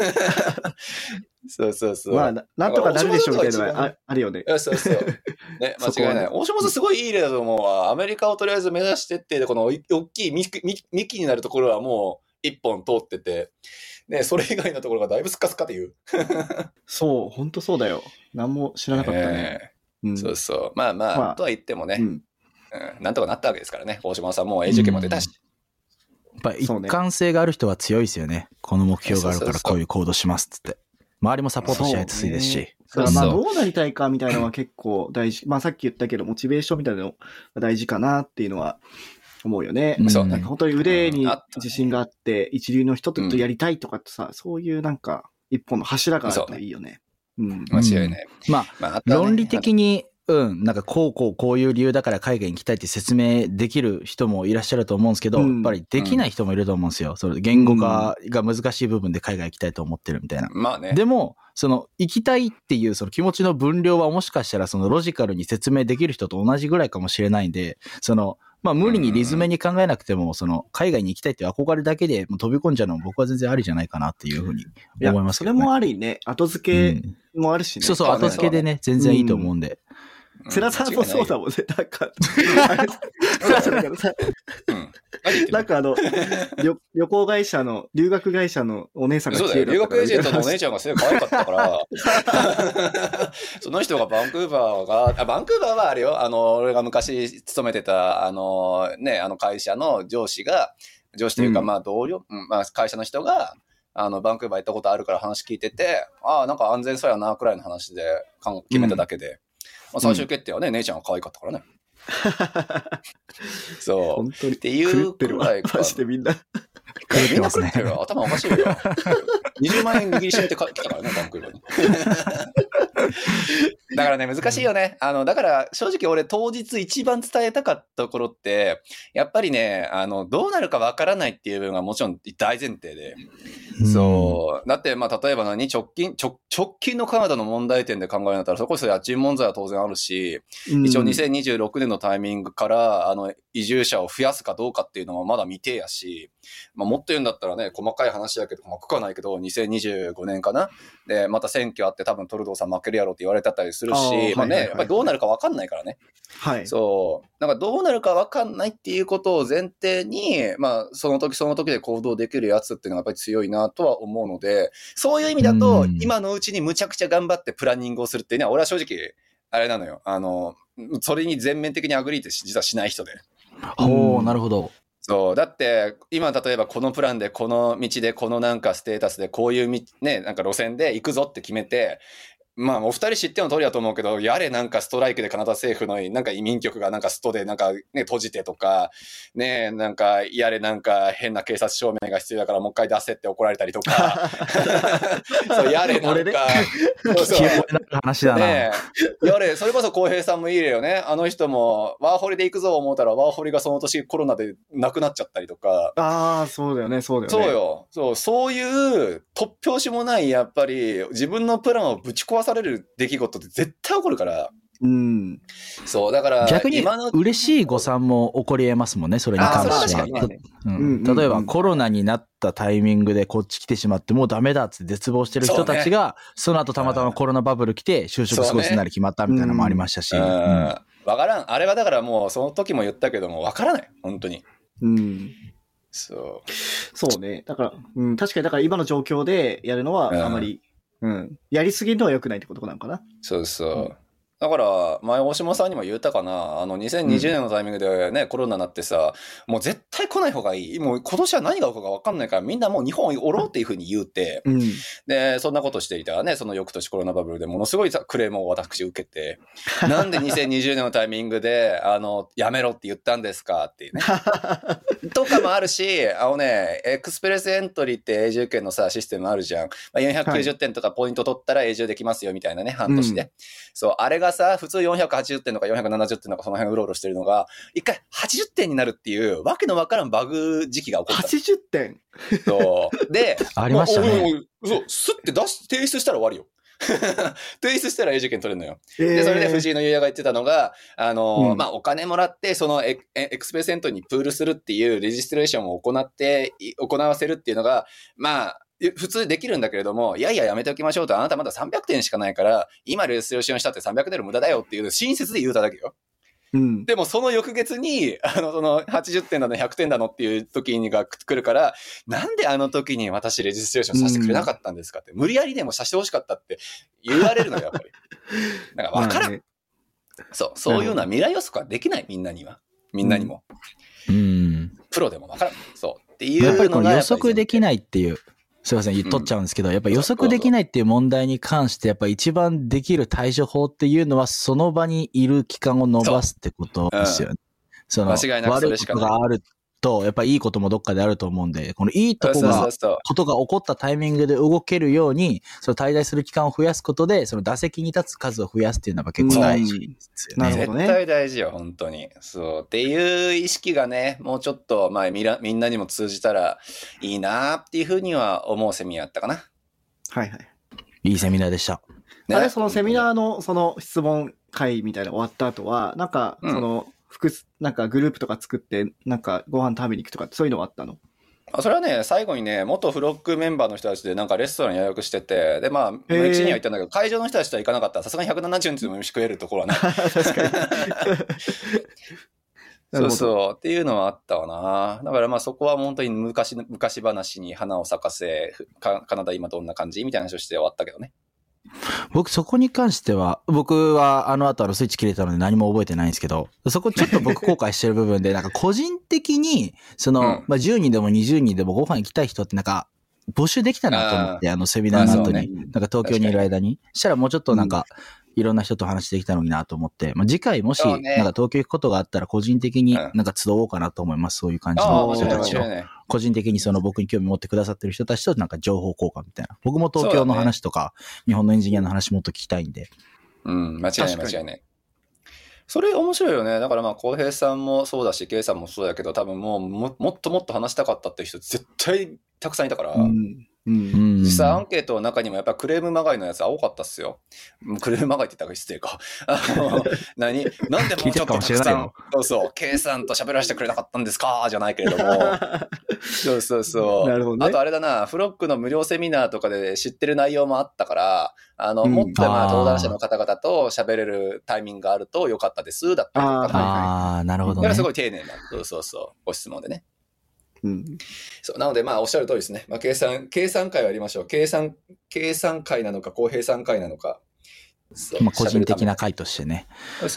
そう。 まあ、なんとかなるでしょうみたいなのがあるよね。 そう。ね、間違いない。大島さんすごいいい例だと思うわ。アメリカをとりあえず目指してって、この大きい幹になるところはもう一本通ってて、ね、それ以外のところがだいぶスカスカっていう。 そう、ほんとそうだよ。何も知らなかったね。 そう。まあ、とは言ってもね、なんとかなったわけですからね。大島さんも永住権も出たし。 やっぱ一貫性がある人は強いですよね。この目標があるからこういう行動しますっつって。周りもサポートしやすいですし。 まあどうなりたいかみたいなのは結構大事。まあさっき言ったけど、モチベーションみたいなのが大事かなっていうのは思うよね。なんか本当に腕に自信があって、一流の人とやりたいとかってさ、そういうなんか一本の柱があるといいよね。 間違いない。 まあ、論理的に、なんかこういう理由だから海外に行きたいって説明できる人もいらっしゃると思うんですけど、やっぱりできない人もいると思うんですよ。それ言語化が難しい部分で海外行きたいと思ってるみたいな。 まあね。 でも、行きたいっていうその気持ちの分量はもしかしたらそのロジカルに説明できる人と同じぐらいかもしれないんで、 まあ無理にリズムに考えなくても、その海外に行きたいっていう憧れだけでもう飛び込んじゃうのも僕は全然ありじゃないかなっていうふうに思いますけどね。 それもありね、後付けもあるしね。 そうそう、後付けでね、全然いいと思うんで。 セラさんもそうだもんね。なんか、なんか旅行会社の、留学会社のお姉さんがそうだよ、留学エージェントのお姉ちゃんがすごい可愛かったから、その人がバンクーバーはあれよ、俺が昔勤めてた、会社の上司というか、まあ同僚、まあ会社の人が、バンクーバー行ったことあるから話聞いてて、なんか安全そうやな、くらいの話で決めただけで、まあ、最終決定はね、姉ちゃんが可愛かったからね。そう。 本当にっていうくらいか。 マジでみんな。 みんな狂ってるよ。頭おかしいよ。20万円握りしめて来たからね、バンクーバーに。だからね、難しいよね。だから正直俺当日一番伝えたかったところって、やっぱりね、どうなるかわからないっていう部分がもちろん大前提で。そう。だって、まあ、例えば直近のカナダの問題点で考えるんだったら、そこそ家賃問題は当然あるし、一応2026年のタイミングから、移住者を増やすかどうかっていうのはまだ未定やし、まあ、もっと言うんだったらね、細かい話だけど、細かくはないけど、2025年かなで、また選挙あって多分トルドーさん負けるやろって言われてたりするし、まあね、やっぱりどうなるか分かんないからね。 はい。 そう。なんかどうなるか分かんないっていうことを前提に、まあ、その時その時で行動できるやつっていうのがやっぱり強いなとは思うので、そういう意味だと、今のうちにむちゃくちゃ頑張ってプランニングをするっていうのは、俺は正直、あれなのよ。それに全面的にアグリーって実はしない人で。 なるほど。 そう。だって、今例えばこのプランで、この道で、このなんかステータスで、こういうね、なんか路線で行くぞって決めて、まあ、お二人知っての通りだと思うけど、やれなんかストライクでカナダ政府のなんか移民局がなんかストでなんかね、閉じてとか、ね、なんか、やれなんか変な警察証明が必要だからもう一回出せって怒られたりとか、そう、やれなんか、 そう話だな。 ね、やれ、それこそ浩平さんもいいよね。あの人もワーホリで行くぞ思ったらワーホリがその年コロナで亡くなっちゃったりとか。 そうだよね。そういう突拍子もないやっぱり自分のプランをぶち壊される出来事って絶対起こるから。そう、だから逆に嬉しい誤算も起こり得ますもんね、それに関しては。例えばコロナになったタイミングでこっち来てしまってもうダメだって絶望してる人たちが、その後たまたまコロナバブル来て就職すごいすんなり決まったみたいなのもありましたし。 わからん。あれはだからもうその時も言ったけどもわからない。本当に。 そうね。だから、確かにだから今の状況でやるのはあまり、やりすぎるのは良くないってことなのかな。 そうそう。だから、前、大島さんにも言ったかな、2020年のタイミングでね、コロナになってさ、もう絶対来ない方がいい。もう今年は何が起こるか分かんないから、みんなもう日本おろうっていうふうに言うて、で、そんなことしていたらね、その翌年コロナバブルでものすごいクレームを私受けて、なんで2020年のタイミングで、やめろって言ったんですかっていうね。とかもあるし、エクスプレスエントリーって永住権のさ、システムあるじゃん。490点とかポイント取ったら永住できますよみたいなね、半年で。そう、あれがさ、普通480点とか470点とかその辺うろうろしてるのが、一回80点になるっていう、わけのわからんバグ時期が起こった。 80点そう。で、 ありましたね。 そう、スッて提出したら終わりよ。提出したら永住権取れるのよ。で、それで藤井の優也が言ってたのが、まあ、お金もらって、そのエクスプレスエントリーにプールするっていうレジストレーションを行わせるっていうのが、まあ、普通できるんだけれども、いやいややめておきましょうと、あなたまだ300点しかないから、今レジストレーションしたって300点の無駄だよっていう親切で言うただけよ。でもその翌月に、その80点だの100点だのっていう時にが来るから、なんであの時に私レジストレーションさせてくれなかったんですかって、無理やりでもさせてほしかったって言われるのよ、やっぱり。だから分からん。そういうのは未来予測はできない、みんなには。みんなにも。プロでも分からん。そう。っていうのがやっぱりこの予測できないっていう。すいません、取っちゃうんですけど、やっぱ予測できないっていう問題に関して、やっぱ一番できる対処法っていうのは、その場にいる期間を伸ばすってことですよね。 間違いなくそれしかない。 悪いことがあると、やっぱりいいこともどっかであると思うんで、このいいことが起こったタイミングで動けるように、その滞在する期間を増やすことで、その打席に立つ数を増やすっていうのは結構大事ですよね。 絶対大事よ、本当に。そう。っていう意識がね、もうちょっと、まあ、みんなにも通じたらいいなっていうふうには思うセミナーやったかな。 はいはい。 いいセミナーでした。 あれ、そのセミナーの、その質問会みたいな終わった後は、なんか、 なんかグループとか作って、なんかご飯食べに行くとか、そういうのはあったの？ それはね、最後にね、元フロックメンバーの人たちでなんかレストラン予約してて、で、まあ、うちには行ったんだけど、会場の人たちとは行かなかったら、さすがに170日も飯食えるところはない。 確かに。 そうそう。っていうのはあったわな。だからまあそこは本当に昔話に花を咲かせ、カナダ今どんな感じみたいな話をして終わったけどね。 僕そこに関しては、僕はあの後スイッチ切れたので何も覚えてないんですけど、そこちょっと僕後悔してる部分で、なんか個人的に、まあ10人でも20人でもご飯行きたい人ってなんか、募集できたなと思って、セミナーの後に、なんか東京にいる間に。したらもうちょっとなんか、いろんな人と話できたのになと思って、まあ、次回もし、なんか東京行くことがあったら個人的になんか集おうかなと思います。そういう感じの人たちを。個人的に僕に興味持ってくださってる人たちとなんか情報交換みたいな。僕も東京の話とか、日本のエンジニアの話もっと聞きたいんで。 うん、間違いない。それ面白いよね。だからまあ、浩平さんもそうだし、ケイさんもそうだけど、多分もっと話したかったって人絶対たくさんいたから。実際アンケートの中にもやっぱクレームまがいのやつは多かったっすよ。クレームまがいって言ったら失礼か。なんでもうちょっとたくさん、そう、K さんと喋らせてくれなかったんですかじゃないけれども。そう。なるほどね。あとあれだな、フロックの無料セミナーとかで知ってる内容もあったから、もっとまあ登壇者の方々と喋れるタイミングがあるとよかったです、だったりとか。 ああ、なるほどね。 だからすごい丁寧な、ご質問でね。そうなのでまあおっしゃる通りですね。まあ計算会をやりましょう。計算会なのか浩平さん会なのか。 まあ個人的な会としてね。 そう。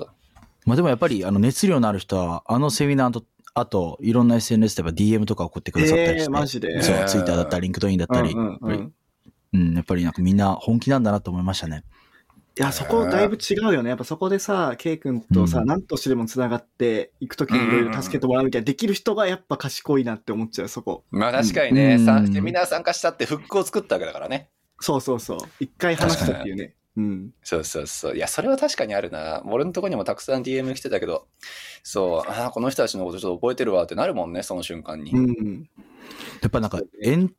まあでもやっぱり熱量のある人はセミナーとあといろんな SNS でやっぱ DM とか送ってくださったりして、 マジで。 そうツイッターだったりリンクドインだったり、やっぱりなんかみんな本気なんだなと思いましたね。 いや、そこだいぶ違うよね。やっぱそこでさ、ケイ君とさ、何としてでも繋がっていくときにいろいろ助けてもらうみたいな、できる人がやっぱ賢いなって思っちゃう、そこ。 まあ確かにね、セミナー参加したってフックを作ったわけだからね。 そう。一回話したっていうね。 そう。いや、それは確かにあるな。俺のとこにもたくさん DM 来てたけど、そう、この人たちのことちょっと覚えてるわってなるもんね、その瞬間に。 やっぱなんか、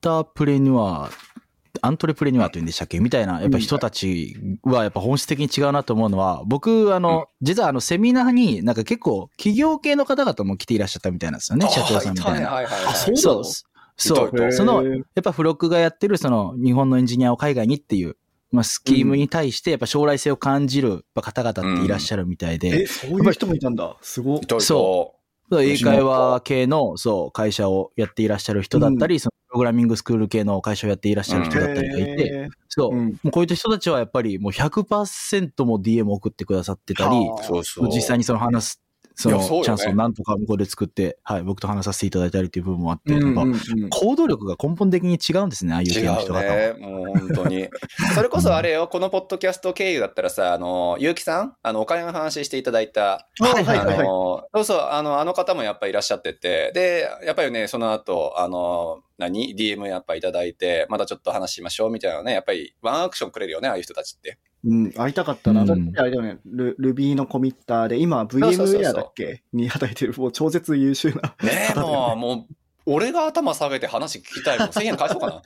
アントレプレニュアというんでしたっけみたいな、やっぱ人たちはやっぱ本質的に違うなと思うのは、僕、実はセミナーになんか結構企業系の方々も来ていらっしゃったみたいなんですよね、社長さんみたいな。そう。やっぱフロックがやってる日本のエンジニアを海外にっていう、まあスキームに対してやっぱ将来性を感じる方々っていらっしゃるみたいで。 そういう人もいたんだ。すごい。 そう。英会話系の、会社をやっていらっしゃる人だったり、プログラミングスクール系の会社をやっていらっしゃる人だったりがいて、もうこういった人たちはやっぱりもう 100% も DM 送ってくださってたり、実際に話す、チャンスをなんとか向こうで作って、僕と話させていただいたりっていう部分もあって、行動力が根本的に違うんですね、ああいう系の人方は。 違うね、もう本当に。それこそあれよ、このポッドキャスト経由だったらさ、結城さんお金の話していただいた。あの方もやっぱりいらっしゃってて、で、やっぱりね、その後、DM やっぱいただいて、またちょっと話しましょうみたいなね、やっぱりワンアクションくれるよね、ああいう人たちって。 会いたかったな。あれだよね、Ruby のコミッターで、今 VMware だっけに働いてる、もう超絶優秀な。 ねえ、もう、俺が頭下げて話聞きたいもん。1000円返そうかな。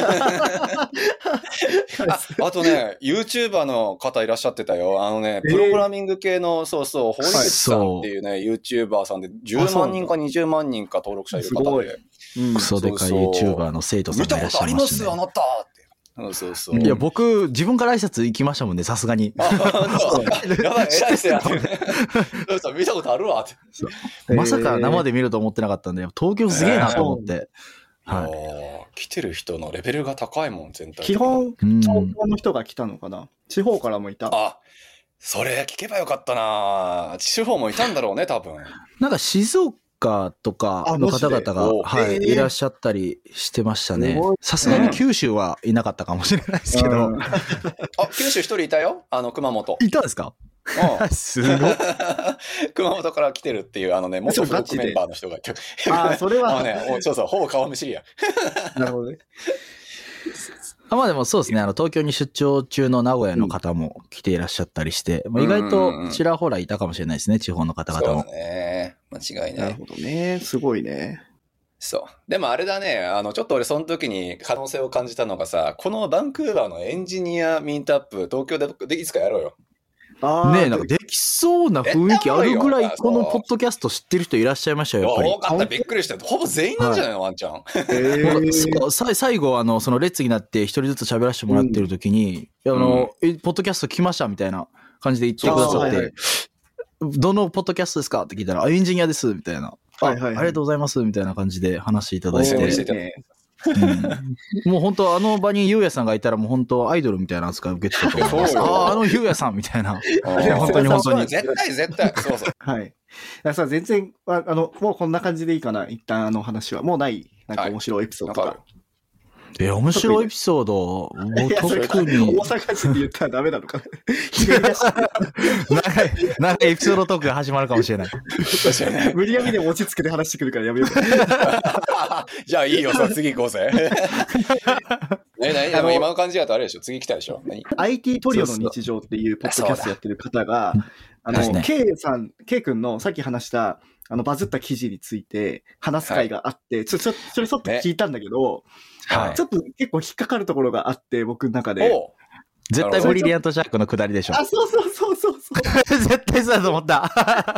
あとね、YouTuber の方いらっしゃってたよ。プログラミング系の、堀口さんっていうね、YouTuber さんで10万人か20万人か登録者いる方で。 クソでかい YouTuber の生徒さんがいらっしゃいましたね。 見たことありますあなたって。 いや、僕、自分から挨拶行きましたもんね、さすがに。 やばい、偉いっすよ。見たことあるわって。 まさか生で見ると思ってなかったんで、東京すげえなと思って。 来てる人のレベルが高いもん、全体。 基本、東京の人が来たのかな？地方からもいた。 それ聞けばよかったな。地方もいたんだろうね、多分。 なんか静岡とかの方々が、いらっしゃったりしてましたね。さすがに九州はいなかったかもしれないですけど。 九州一人いたよ。熊本。 いたんですか？すごい。 熊本から来てるっていう、元フロックメンバーの人がいて。 それは。 ほぼ顔見知りや。 なるほどね。 まあでもそうですね、東京に出張中の名古屋の方も来ていらっしゃったりして、意外とちらほらいたかもしれないですね、地方の方々も。 そうね。間違いない。 なるほどね。すごいね。 そう。でもあれだね、ちょっと俺その時に可能性を感じたのがさ、このバンクーバーのエンジニアミートアップ、東京でいつかやろうよ。 ねえ、なんかできそうな雰囲気あるぐらい、このポッドキャスト知ってる人いらっしゃいましたよ、やっぱり。 多かった、びっくりした。ほぼ全員なんじゃないの、ワンちゃん。 最後、その列になって一人ずつ喋らせてもらってる時に、ポッドキャスト来ましたみたいな感じで言ってくださって、どのポッドキャストですかって聞いたら、エンジニアです、みたいな。ありがとうございます、みたいな感じで話していただいて。もう本当あの場にゆうやさんがいたらもう本当アイドルみたいな扱いを受けてたと思います。ゆうやさんみたいな。本当に。 絶対。そうそう。 はい。さ全然、もうこんな感じでいいかな。一旦話は。もうない。なんか面白いエピソードとか。 面白いエピソードもう特に。 大阪人で言ったらダメなのかな。 長いエピソードトークが始まるかもしれない。 無理やりでも落ち着けて話してくるからやめよう。 じゃあいいよ、次行こうぜ。今の感じだとあれでしょ、次来たでしょ。 IT トリオの日常っていうポッドキャストやってる方が、K 君のさっき話した、バズった記事について話す会があって、それちょっと聞いたんだけど、ちょっと結構引っかかるところがあって、僕の中で。 絶対ブリリアントジャックの下りでしょ。 そう。 絶対そうだと思った。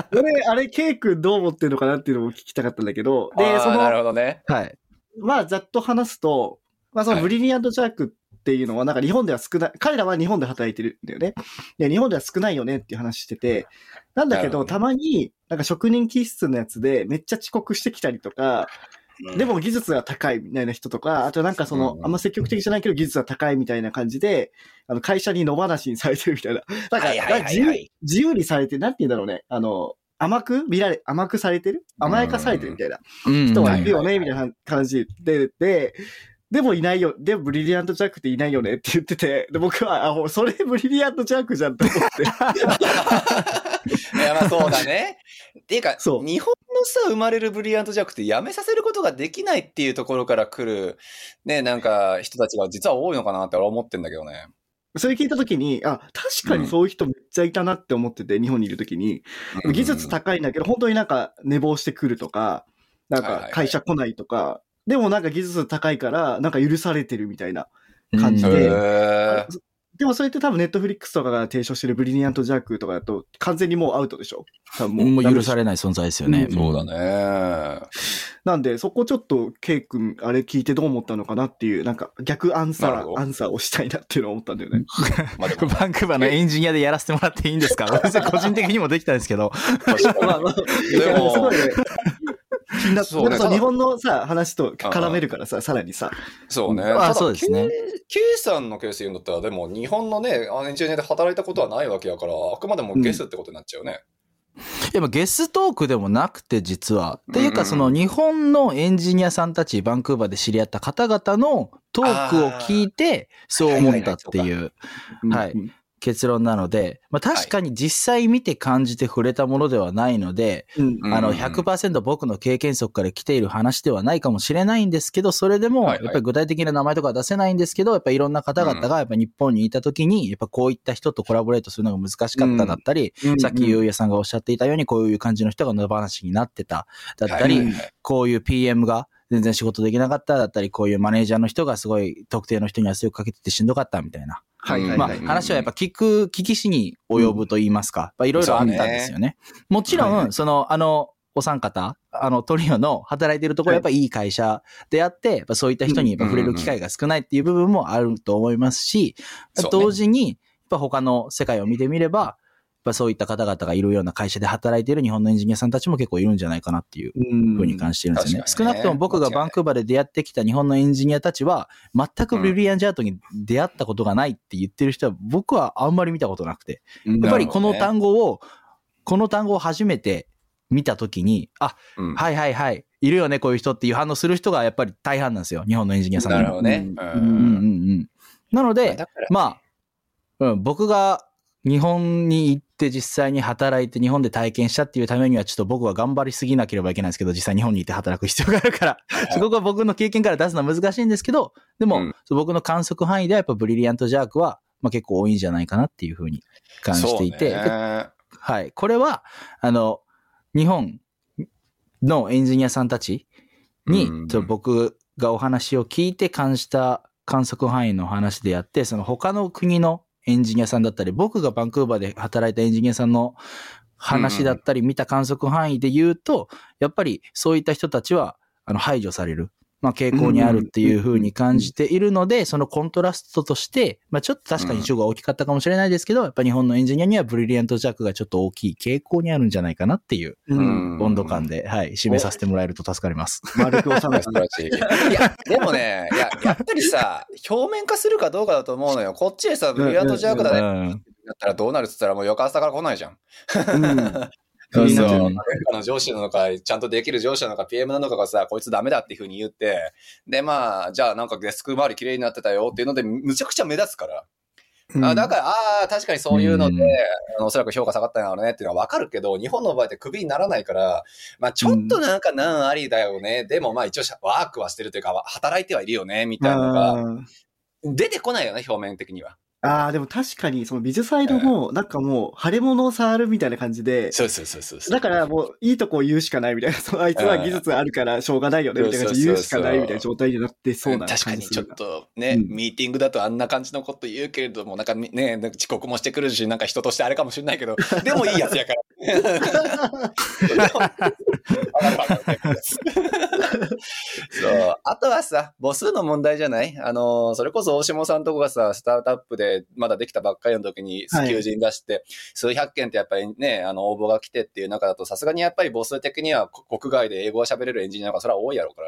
あれ、K 君どう思ってるのかなっていうのも聞きたかったんだけど、 で、なるほどね。 はい。 ざっと話すと、そのブリリアントジャックっていうのは、なんか日本では少ない、彼らは日本で働いてるんだよね。で、日本では少ないよねっていう話してて、なんだけど、たまに、なんか職人気質のやつでめっちゃ遅刻してきたりとか、でも技術が高いみたいな人とか、あとなんかあんま積極的じゃないけど技術が高いみたいな感じで、会社に野放しにされてるみたいな。なんか自由にされて、なんて言うんだろうね。甘くされてる甘やかされてるみたいな人はいるよね、みたいな感じで、でもいないよ。でもブリリアントジャックっていないよねって言ってて、で僕は、それブリリアントジャックじゃんと思って。 いや、そうだね。っていうか、日本の生まれるブリリアントジャックってやめさせることができないっていうところから来る、ね、なんか人たちが実は多いのかなって思ってんだけどね。 それ聞いたときに、確かにそういう人めっちゃいたなって思ってて、日本にいるときに、技術高いんだけど、本当になんか寝坊してくるとか、なんか会社来ないとか、でもなんか技術高いから、なんか許されてるみたいな感じで。でもそれって多分ネットフリックスとかが提唱してるブリリアントジャックとかだと完全にもうアウトでしょ。 もう許されない存在ですよね。 そうだね。 なんでそこちょっと K 君あれ聞いてどう思ったのかなっていう、なんか逆アンサーをしたいなっていうのを思ったんだよね。 バンクーバーのエンジニアでやらせてもらっていいんですか？別に個人的にもできたんですけど。 でもすごいね。気になって、日本のさ、話と絡めるからさ、さらにさ。 そうね。 そうですね。 K さんのケース言うんだったら、でも日本のね、エンジニアで働いたことはないわけやから、あくまでもゲスってことになっちゃうね。 ゲストークでもなくて実は。っていうかその日本のエンジニアさんたち、バンクーバーで知り合った方々のトークを聞いて、そう思ったっていう。はい。結論なので、確かに実際見て感じて触れたものではないので、100% 僕の経験則から来ている話ではないかもしれないんですけど、それでも、やっぱり具体的な名前とかは出せないんですけど、やっぱりいろんな方々がやっぱ日本にいたときに、やっぱこういった人とコラボレートするのが難しかっただったり、さっきゆうやさんがおっしゃっていたように、こういう感じの人が野放しになってた、だったり、こういう PM が、全然仕事できなかっただったり、こういうマネージャーの人がすごい特定の人に圧力かけててしんどかったみたいな。話はやっぱ聞きしに及ぶと言いますか。いろいろあったんですよね。もちろん、お三方、トリオの働いてるところやっぱいい会社であって、やっぱそういった人にやっぱ触れる機会が少ないっていう部分もあると思いますし、同時に、やっぱ他の世界を見てみれば、そういった方々がいるような会社で働いている日本のエンジニアさんたちも結構いるんじゃないかなっていうふうに感じてるんですよね。少なくとも僕がバンクーバーで出会ってきた日本のエンジニアたちは、全くブリリアンジャートに出会ったことがないって言ってる人は僕はあんまり見たことなくて。やっぱりこの単語を初めて見たときに、はいはいはい、いるよねこういう人っていう反応する人がやっぱり大半なんですよ。日本のエンジニアさん。 なるほどね。 なので、僕が日本に行って実際に働いて日本で体験したっていうためにはちょっと僕は頑張りすぎなければいけないんですけど、実際日本に行って働く必要があるから、そこが僕の経験から出すのは難しいんですけど、でも、僕の観測範囲ではやっぱブリリアントジャークは、結構多いんじゃないかなっていうふうに感じていて、はい。これは、日本のエンジニアさんたちに、僕がお話を聞いて感じた観測範囲の話であって、その他の国のエンジニアさんだったり、僕がバンクーバーで働いたエンジニアさんの話だったり見た観測範囲で言うと、やっぱりそういった人たちは排除される。傾向にあるっていう風に感じているので、そのコントラストとして、ちょっと確かに中国が大きかったかもしれないですけど、やっぱ日本のエンジニアにはブリリアントジャックがちょっと大きい傾向にあるんじゃないかなっていう温度感で、はい、締めさせてもらえると助かります。 丸く収めて素晴らしい。いや、でもね、やっぱりさ、表面化するかどうかだと思うのよ。こっちでさ、ブリリアントジャックだね。だったらどうなるって言ったらもう翌朝から来ないじゃん。そう上司なのか、ちゃんとできる上司なのか、PM なのかがさ、こいつダメだっていう風に言って、で、じゃあなんかデスク周り綺麗になってたよっていうので、むちゃくちゃ目立つから。だから、確かにそういうので、おそらく評価下がったんだろうねっていうのはわかるけど、日本の場合ってクビにならないから、ちょっとなんか難ありだよね。でも一応ワークはしてるというか、働いてはいるよね、みたいなのが、出てこないよね、表面的には。 でも確かに、そのビジュサイドも、なんかもう、腫れ物を触るみたいな感じで、 そう。 だからもう、いいとこを言うしかないみたいな、あいつは技術あるからしょうがないよね、みたいな感じで言うしかないみたいな状態になってそうな感じ。 確かにちょっとね、ミーティングだとあんな感じのこと言うけれども、なんかね、遅刻もしてくるし、なんか人としてあれかもしれないけど、でもいいやつやから。そう。あとはさ、母数の問題じゃない？それこそ大下さんとこがさ、スタートアップでまだできたばっかりの時に求人出して、数百件ってやっぱりね、応募が来てっていう中だと、さすがにやっぱり母数的には国外で英語が喋れるエンジニアがそれは多いやろうから、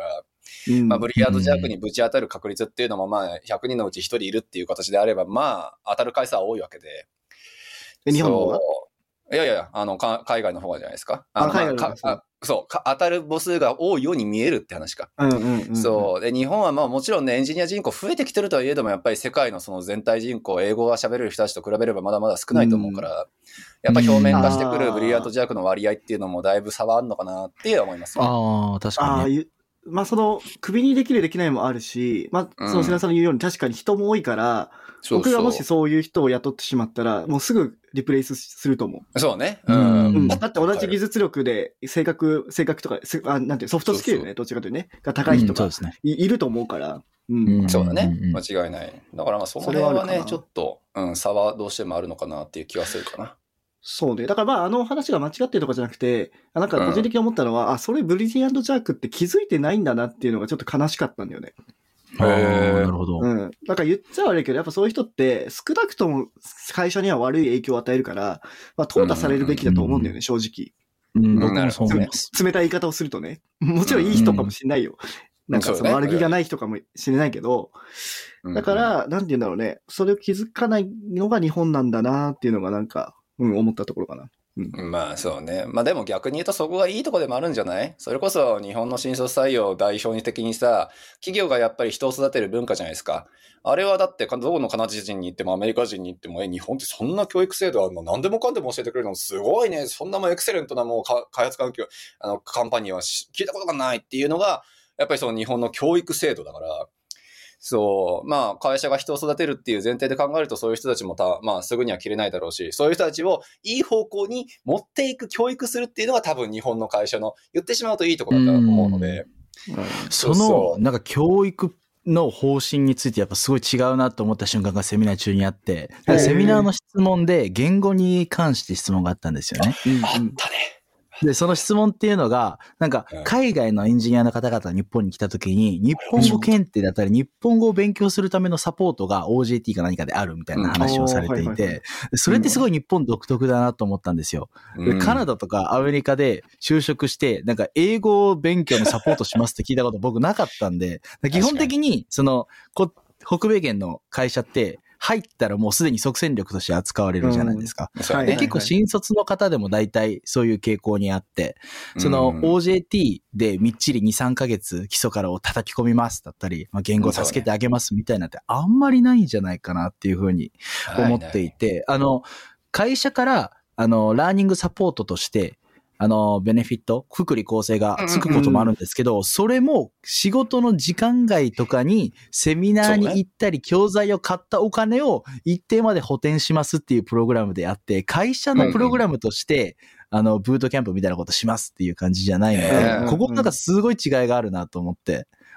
ブリリアントジャックにぶち当たる確率っていうのも100人のうち1人いるっていう形であれば、当たる回数は多いわけで。 日本のいや、海外の方がじゃないですか。そう、当たる母数が多いように見えるって話か。そう。で、日本はもちろんね、エンジニア人口増えてきてるとはいえども、やっぱり世界のその全体人口、英語が喋れる人たちと比べればまだまだ少ないと思うから、やっぱ表面化してくるブリリアントジャックの割合っていうのもだいぶ差はあるのかなって思います、ね。 確かに。 その、首にできるできないもあるし、その瀬名さんの言うように確かに人も多いから、僕がもしそういう人を雇ってしまったら、もうすぐリプレイスすると思う。 そうね。 だって同じ技術力で、性格とか、なんていうソフトスキルね、どっちかというね、が高い人がいると思うから。 そうだね。間違いない。だからその辺はね、ちょっと、差はどうしてもあるのかなっていう気はするかな。 そうね。だから話が間違ってるとかじゃなくて、なんか個人的に思ったのは、それブリリアントジャックって気づいてないんだなっていうのがちょっと悲しかったんだよね。 なるほど。 なんか言っちゃ悪いけど、やっぱそういう人って少なくとも会社には悪い影響を与えるから、淘汰されるべきだと思うんだよね、正直。 僕もそう思います。 冷たい言い方をするとね。もちろんいい人かもしれないよ。なんかその悪気がない人かもしれないけど、だから、なんて言うんだろうね。それを気づかないのが日本なんだなっていうのがなんか、思ったところかな。 そうね。でも逆に言うとそこがいいとこでもあるんじゃない？それこそ日本の新卒採用を代表的にさ、企業がやっぱり人を育てる文化じゃないですか。あれはだってどこのカナダ人に行ってもアメリカ人に行っても、日本ってそんな教育制度あるの？何でもかんでも教えてくれるのすごいね。そんなエクセレントな開発環境、カンパニーは聞いたことがないっていうのが、やっぱりその日本の教育制度だから、そう、会社が人を育てるっていう前提で考えると、そういう人たちもすぐには切れないだろうし、そういう人たちをいい方向に持っていく、教育するっていうのが多分日本の会社の言ってしまうといいところだと思うので。 なんか教育の方針についてやっぱすごい違うなと思った瞬間がセミナー中にあって、セミナーの質問で言語に関して質問があったんですよね。 あったね。 で、その質問っていうのが、なんか、海外のエンジニアの方々が日本に来た時に、日本語検定だったり、日本語を勉強するためのサポートが OJT か何かであるみたいな話をされていて、それってすごい日本独特だなと思ったんですよ。で、カナダとかアメリカで就職して、なんか、英語勉強のサポートしますって聞いたこと僕なかったんで、基本的に、北米圏の会社って、入ったらもうすでに即戦力として扱われるじゃないですか。で、結構新卒の方でも大体そういう傾向にあって、その OJT でみっちり2、3ヶ月基礎からを叩き込みますだったり、言語を助けてあげますみたいなってあんまりないんじゃないかなっていうふうに思っていて、会社からラーニングサポートとして、ベネフィット、福利厚生がつくこともあるんですけど、それも仕事の時間外とかにセミナーに行ったり、教材を買ったお金を一定まで補填しますっていうプログラムであって、会社のプログラムとして、ブートキャンプみたいなことしますっていう感じじゃないので、ここなんかすごい違いがあるなと思って、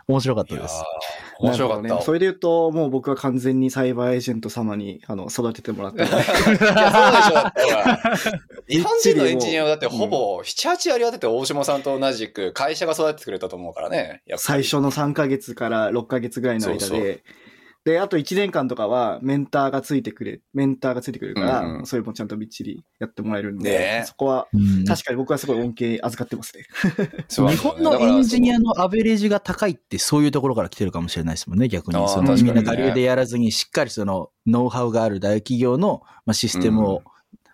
面白かったです。 面白かった、 ね。それで言うと、もう僕は完全にサイバーエージェント様に育ててもらって。いや、そうでしょ。日本人のエンジニアはだってほぼ7、8割やってて大島さんと同じく会社が育ててくれたと思うからね。 最初の3ヶ月から6ヶ月ぐらいの間で。で、あと1年間とかはメンターがついてくれるから、それもちゃんとびっちりやってもらえるんで、そこは、確かに僕はすごい恩恵預かってますね。 日本のエンジニアのアベレージが高いってそういうところから来てるかもしれないですもんね、逆に。みんな我流でやらずにしっかりそのノウハウがある大企業のシステムを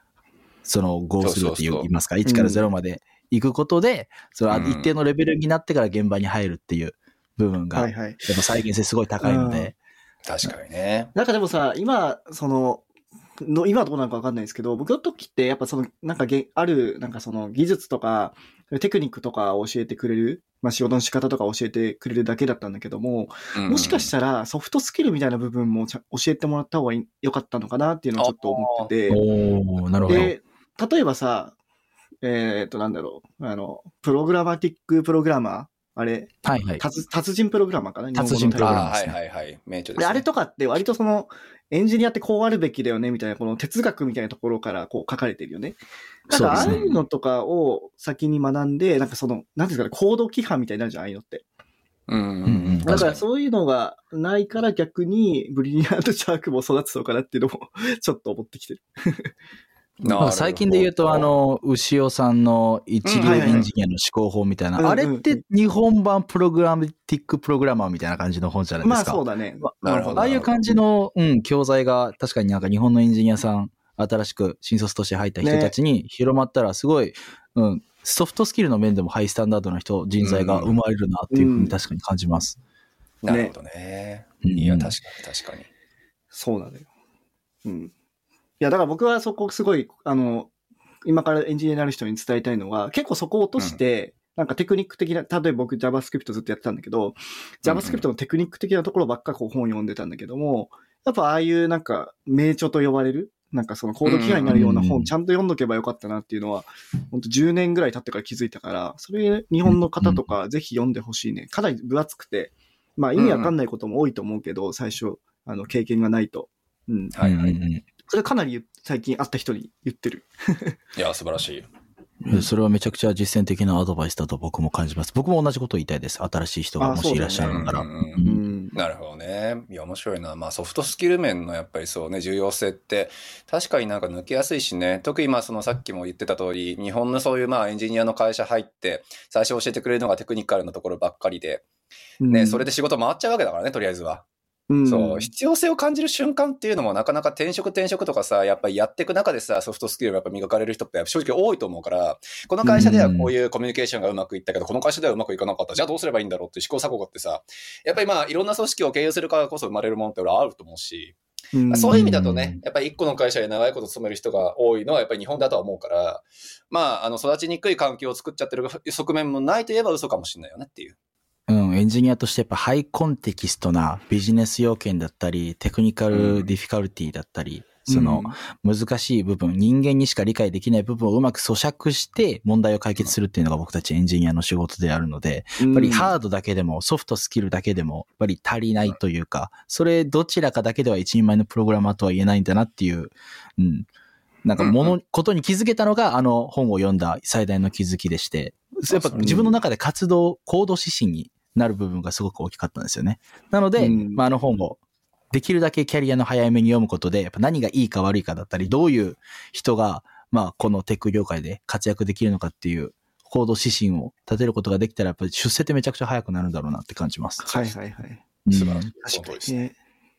goするって言いますか、1から0まで行くことで、その一定のレベルになってから現場に入るっていう部分が、やっぱ再現性すごい高いので。 確かにね。 なんかでもさ、今どうなのかわかんないですけど、僕の時ってやっぱなんかある、なんか技術とか、テクニックとかを教えてくれる、仕事の仕方とか教えてくれるだけだったんだけども、もしかしたらソフトスキルみたいな部分も教えてもらった方が良かったのかなっていうのをちょっと思ってて。 なるほど。 で、例えばさ、なんだろう、プログラマティックプログラマーあれ、 はいはい。 達人プログラマーかな達人プログラマーですね。 はいはいはい。名著です、ね。 で、あれとかって割とエンジニアってこうあるべきだよねみたいな、この哲学みたいなところからこう書かれてるよね。だからああいうのとかを先に学んで、なんかなんていうんですかね、行動規範みたいになるじゃん、ああいうのって。だからそういうのがないから逆にブリリアントシャークも育つのかなっていうのもちょっと思ってきてる。 最近で言うと、牛尾さんの一流エンジニアの思考法みたいな、あれって日本版プログラマティックプログラマーみたいな感じの本じゃないですか。 そうだね。 なるほど。 ああいう感じの、教材が確かになんか日本のエンジニアさん、新しく新卒として入った人たちに広まったらすごい、ソフトスキルの面でもハイスタンダードな人材が生まれるなっていうふうに確かに感じます。 なるほどね。いや、確かに。 そうなのよ。いや、だから僕はそこすごい、今からエンジニアになる人に伝えたいのは、結構そこを落として、なんかテクニック的な、例えば僕 JavaScript ずっとやってたんだけど、JavaScript のテクニック的なところばっかこう本読んでたんだけども、やっぱああいうなんか名著と呼ばれる、なんかコード規範になるような本ちゃんと読んどけばよかったなっていうのは、本当10年ぐらい経ってから気づいたから、それ日本の方とかぜひ読んでほしいね。かなり分厚くて、意味わかんないことも多いと思うけど、最初、経験がないと。 はいはい。 それかなり最近会った人に言ってる。 いや、素晴らしい。それはめちゃくちゃ実践的なアドバイスだと僕も感じます。僕も同じことを言いたいです。新しい人がもしいらっしゃるなら。 なるほどね。いや、面白いな。ソフトスキル面のやっぱりそうね、重要性って確かになんか抜けやすいしね。特にさっきも言ってた通り、日本のそういうエンジニアの会社入って、最初教えてくれるのがテクニカルなところばっかりで、ね、それで仕事回っちゃうわけだからね、とりあえずは。そう、必要性を感じる瞬間っていうのもなかなか転職とかさ、やっぱりやっていく中でさ、ソフトスキルがやっぱ磨かれる人って正直多いと思うから、この会社ではこういうコミュニケーションがうまくいったけど、この会社ではうまくいかなかった。じゃあどうすればいいんだろうって試行錯誤ってさ、やっぱりいろんな組織を経由するからこそ生まれるものって俺はあると思うし、そういう意味だとね、やっぱり一個の会社で長いこと勤める人が多いのはやっぱり日本だとは思うから、育ちにくい環境を作っちゃってる側面もないといえば嘘かもしれないよねっていう。 エンジニアとしてやっぱハイコンテキストなビジネス要件だったり、テクニカルディフィカルティだったり、難しい部分、人間にしか理解できない部分をうまく咀嚼して問題を解決するっていうのが僕たちエンジニアの仕事であるので、やっぱりハードだけでもソフトスキルだけでもやっぱり足りないというか、それどちらかだけでは一人前のプログラマーとは言えないんだなっていう、なんかことに気づけたのが本を読んだ最大の気づきでして、やっぱ自分の中で行動指針になる部分がすごく大きかったんですよね。なので、本をできるだけキャリアの早めに読むことで、やっぱ何がいいか悪いかだったり、どういう人が、このテック業界で活躍できるのかっていう行動指針を立てることができたら、やっぱり出世ってめちゃくちゃ早くなるんだろうなって感じます。 はいはいはい。 素晴らしい。 確かにですね。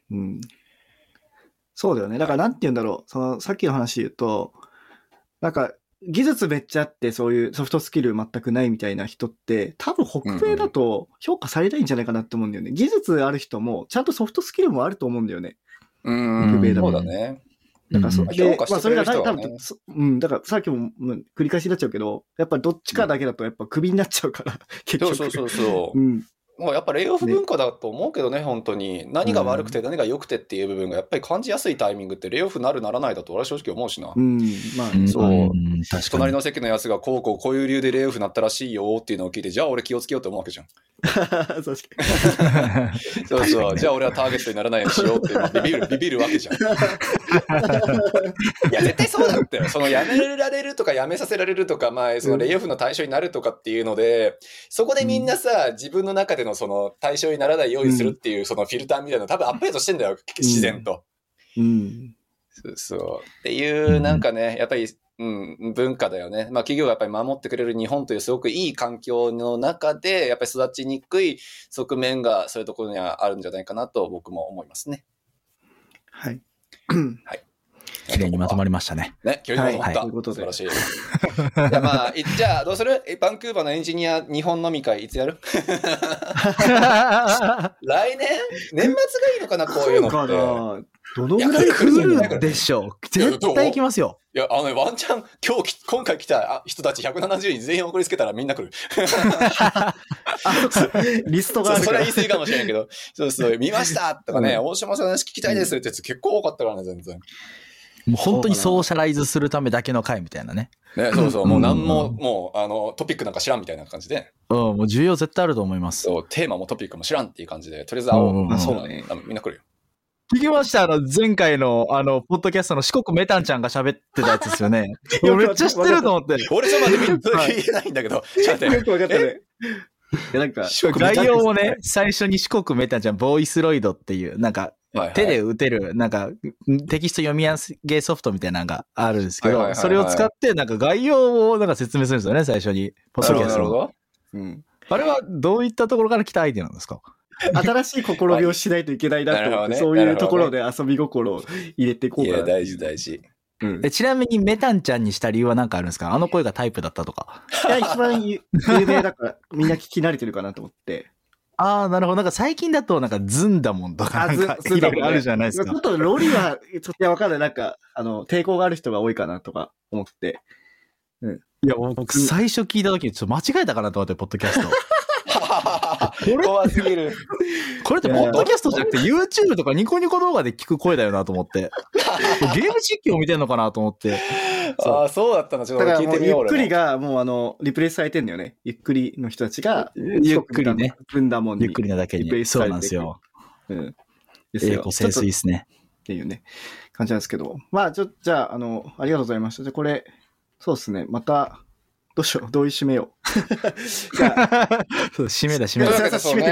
そうだよね。だからなんて言うんだろう。さっきの話で言うと、なんか、技術めっちゃあってそういうソフトスキル全くないみたいな人って多分北米だと評価されないんじゃないかなって思うんだよね。技術ある人もちゃんとソフトスキルもあると思うんだよね。北米だと。 そうだね。 だから評価してくれる人はね。 だからさっきも繰り返しになっちゃうけど、やっぱりどっちかだけだとやっぱクビになっちゃうから、結局。 そう。 もうやっぱレイオフ文化だと思うけどね、本当に。何が悪くて何が良くてっていう部分がやっぱり感じやすいタイミングってレイオフなるならないだと俺は正直思うしな。 まあ、 そう。隣の席のやつがこういう理由でレイオフなったらしいよっていうのを聞いて、じゃあ俺気をつけようと思うわけじゃん。 確かに。 そうそう。じゃあ俺はターゲットにならないようにしようってビビるわけじゃん。いや、絶対そうだって。その辞められるとか辞めさせられるとか、まあ、そのレイオフの対象になるとかっていうので、そこでみんなさ、自分の中でのその対象にならないようにするっていう、そのフィルターみたいなの多分アップデートしてんだよ、自然と。そう。っていう、なんかね、やっぱり、文化だよね。まあ企業がやっぱり守ってくれる日本というすごくいい環境の中で、やっぱり育ちにくい側面がそういうところにはあるんじゃないかなと僕も思いますね。 はい。 はい。 綺麗にまとまりましたね。 ね、綺麗にまとまった。素晴らしい。じゃあまあ、じゃあどうする？バンクーバーのエンジニア日本飲み会いつやる？来年？年末がいいのかな、こういうのって。 どのぐらい来るでしょう。絶対行きますよ。 いや、ワンチャン、今回来た人たち170人全員送りつけたらみんな来る。 リストがあるから。 それは言い過ぎかもしれないけど、そうそう、見ましたとかね、大島さんの話聞きたいですってやつ結構多かったからね、全然。 もう本当にソーシャライズするためだけの会みたいなね。 ね、そうそう、もう何も、もう、トピックなんか知らんみたいな感じで。 もう重要絶対あると思います。 そう、テーマもトピックも知らんっていう感じで、とりあえず会おう。そうだね。みんな来るよ。 聞きました。前回の、ポッドキャストの四国メタンちゃんが喋ってたやつですよね。めっちゃ知ってると思って。 俺ちょっと待って、聞いてないんだけど。 よくわかったね。 なんか、概要をね、最初に四国メタンちゃん、ボイスロイドっていう、なんか、手で打てる、なんか、テキスト読み上げソフトみたいなのがあるんですけど、それを使って、なんか概要をなんか説明するんですよね、最初に。ポッドキャストの。あれはどういったところから来たアイデアなんですか？ 新しい試みをしないといけないなと思って、そういうところで遊び心を入れていこうかな。 いや、大事大事。 ちなみにメタンちゃんにした理由は何かあるんですか？あの声がタイプだったとか。 いや、一番有名だからみんな聞き慣れてるかなと思って。 ああ、なるほど。なんか最近だとなんかズンダモンとかなんかいろいろあるじゃないですか。 ちょっとロリはちょっとわかんない。なんか、抵抗がある人が多いかなとか思って。 いや、僕最初聞いた時ちょっと間違えたかなと思って、ポッドキャスト。 怖すぎる。 これってポッドキャストじゃなくて YouTube とかニコニコ動画で聞く声だよなと思って。ゲーム実況見てんのかなと思って。 ああ、そうだったの。ちょっと聞いてみよう。 ゆっくりがもうリプレイされてんだよね。ゆっくりの人たちが。 ゆっくりね。 分だもんに。 ゆっくりなだけに。そうなんですよ。英語清水ですね。 っていうね、感じなんですけど。まあ、じゃあ、ありがとうございました。じゃあこれ、そうですね。また、どうしよう。どういう締めよう。じゃあ、 締めだ。 締めてください。はい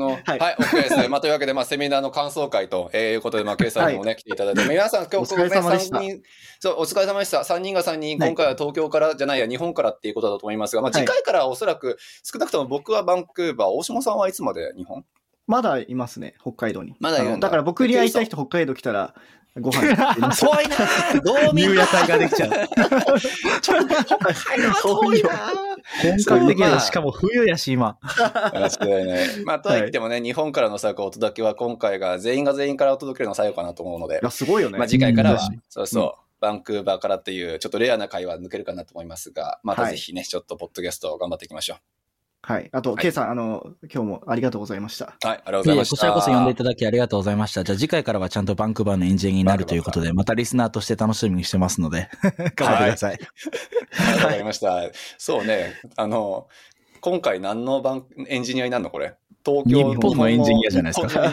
、OK ですね。というわけで、セミナーの感想会ということで、ケイさんもね、来ていただいて、皆さん、今日、 お疲れ様でした。 そう、お疲れ様でした。3人が3人、今回は東京からじゃないや、日本からっていうことだと思いますが、次回からはおそらく、少なくとも僕はバンクーバー、大島さんはいつまで日本？ まだいますね、北海道に。 まだいるんだ。 だから僕に会いたい人、北海道来たら、ご飯遠いなぁ。どう見夕屋台ができちゃう。 ちょっと北海道は遠いなぁ。 本格的な、しかも冬やし、今。 間違いない。とはいってもね、日本からのお届けは今回が全員からお届けるの最後かなと思うので。 すごいよね。 次回からは、バンクーバーからっていう、ちょっとレアな会は抜けるかなと思いますが、またぜひね、ちょっとポッドキャストを頑張っていきましょう。 はい。あと、ケイさん、今日もありがとうございました。 はい、ありがとうございました。 こちらこそ呼んでいただきありがとうございました。じゃあ次回からはちゃんとバンクーバーのエンジニアになるということで、またリスナーとして楽しみにしてますので、頑張ってください。 わかりました。そうね、今回何のエンジニアになるのこれ？東京日本のエンジニアじゃないですか。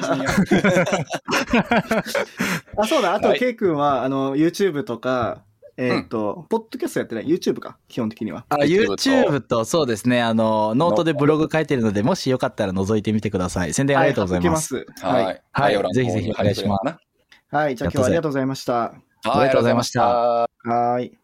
そうだ。あと、ケイ君は、YouTube とか、ポッドキャストやってない YouTube か、基本的には。 YouTube と、そうですね、ノートでブログ書いてるので、もしよかったら覗いてみてください。宣伝ありがとうございます。 はい。 ぜひぜひお願いします。 はい。じゃあ今日はありがとうございました。 ありがとうございました。 はい。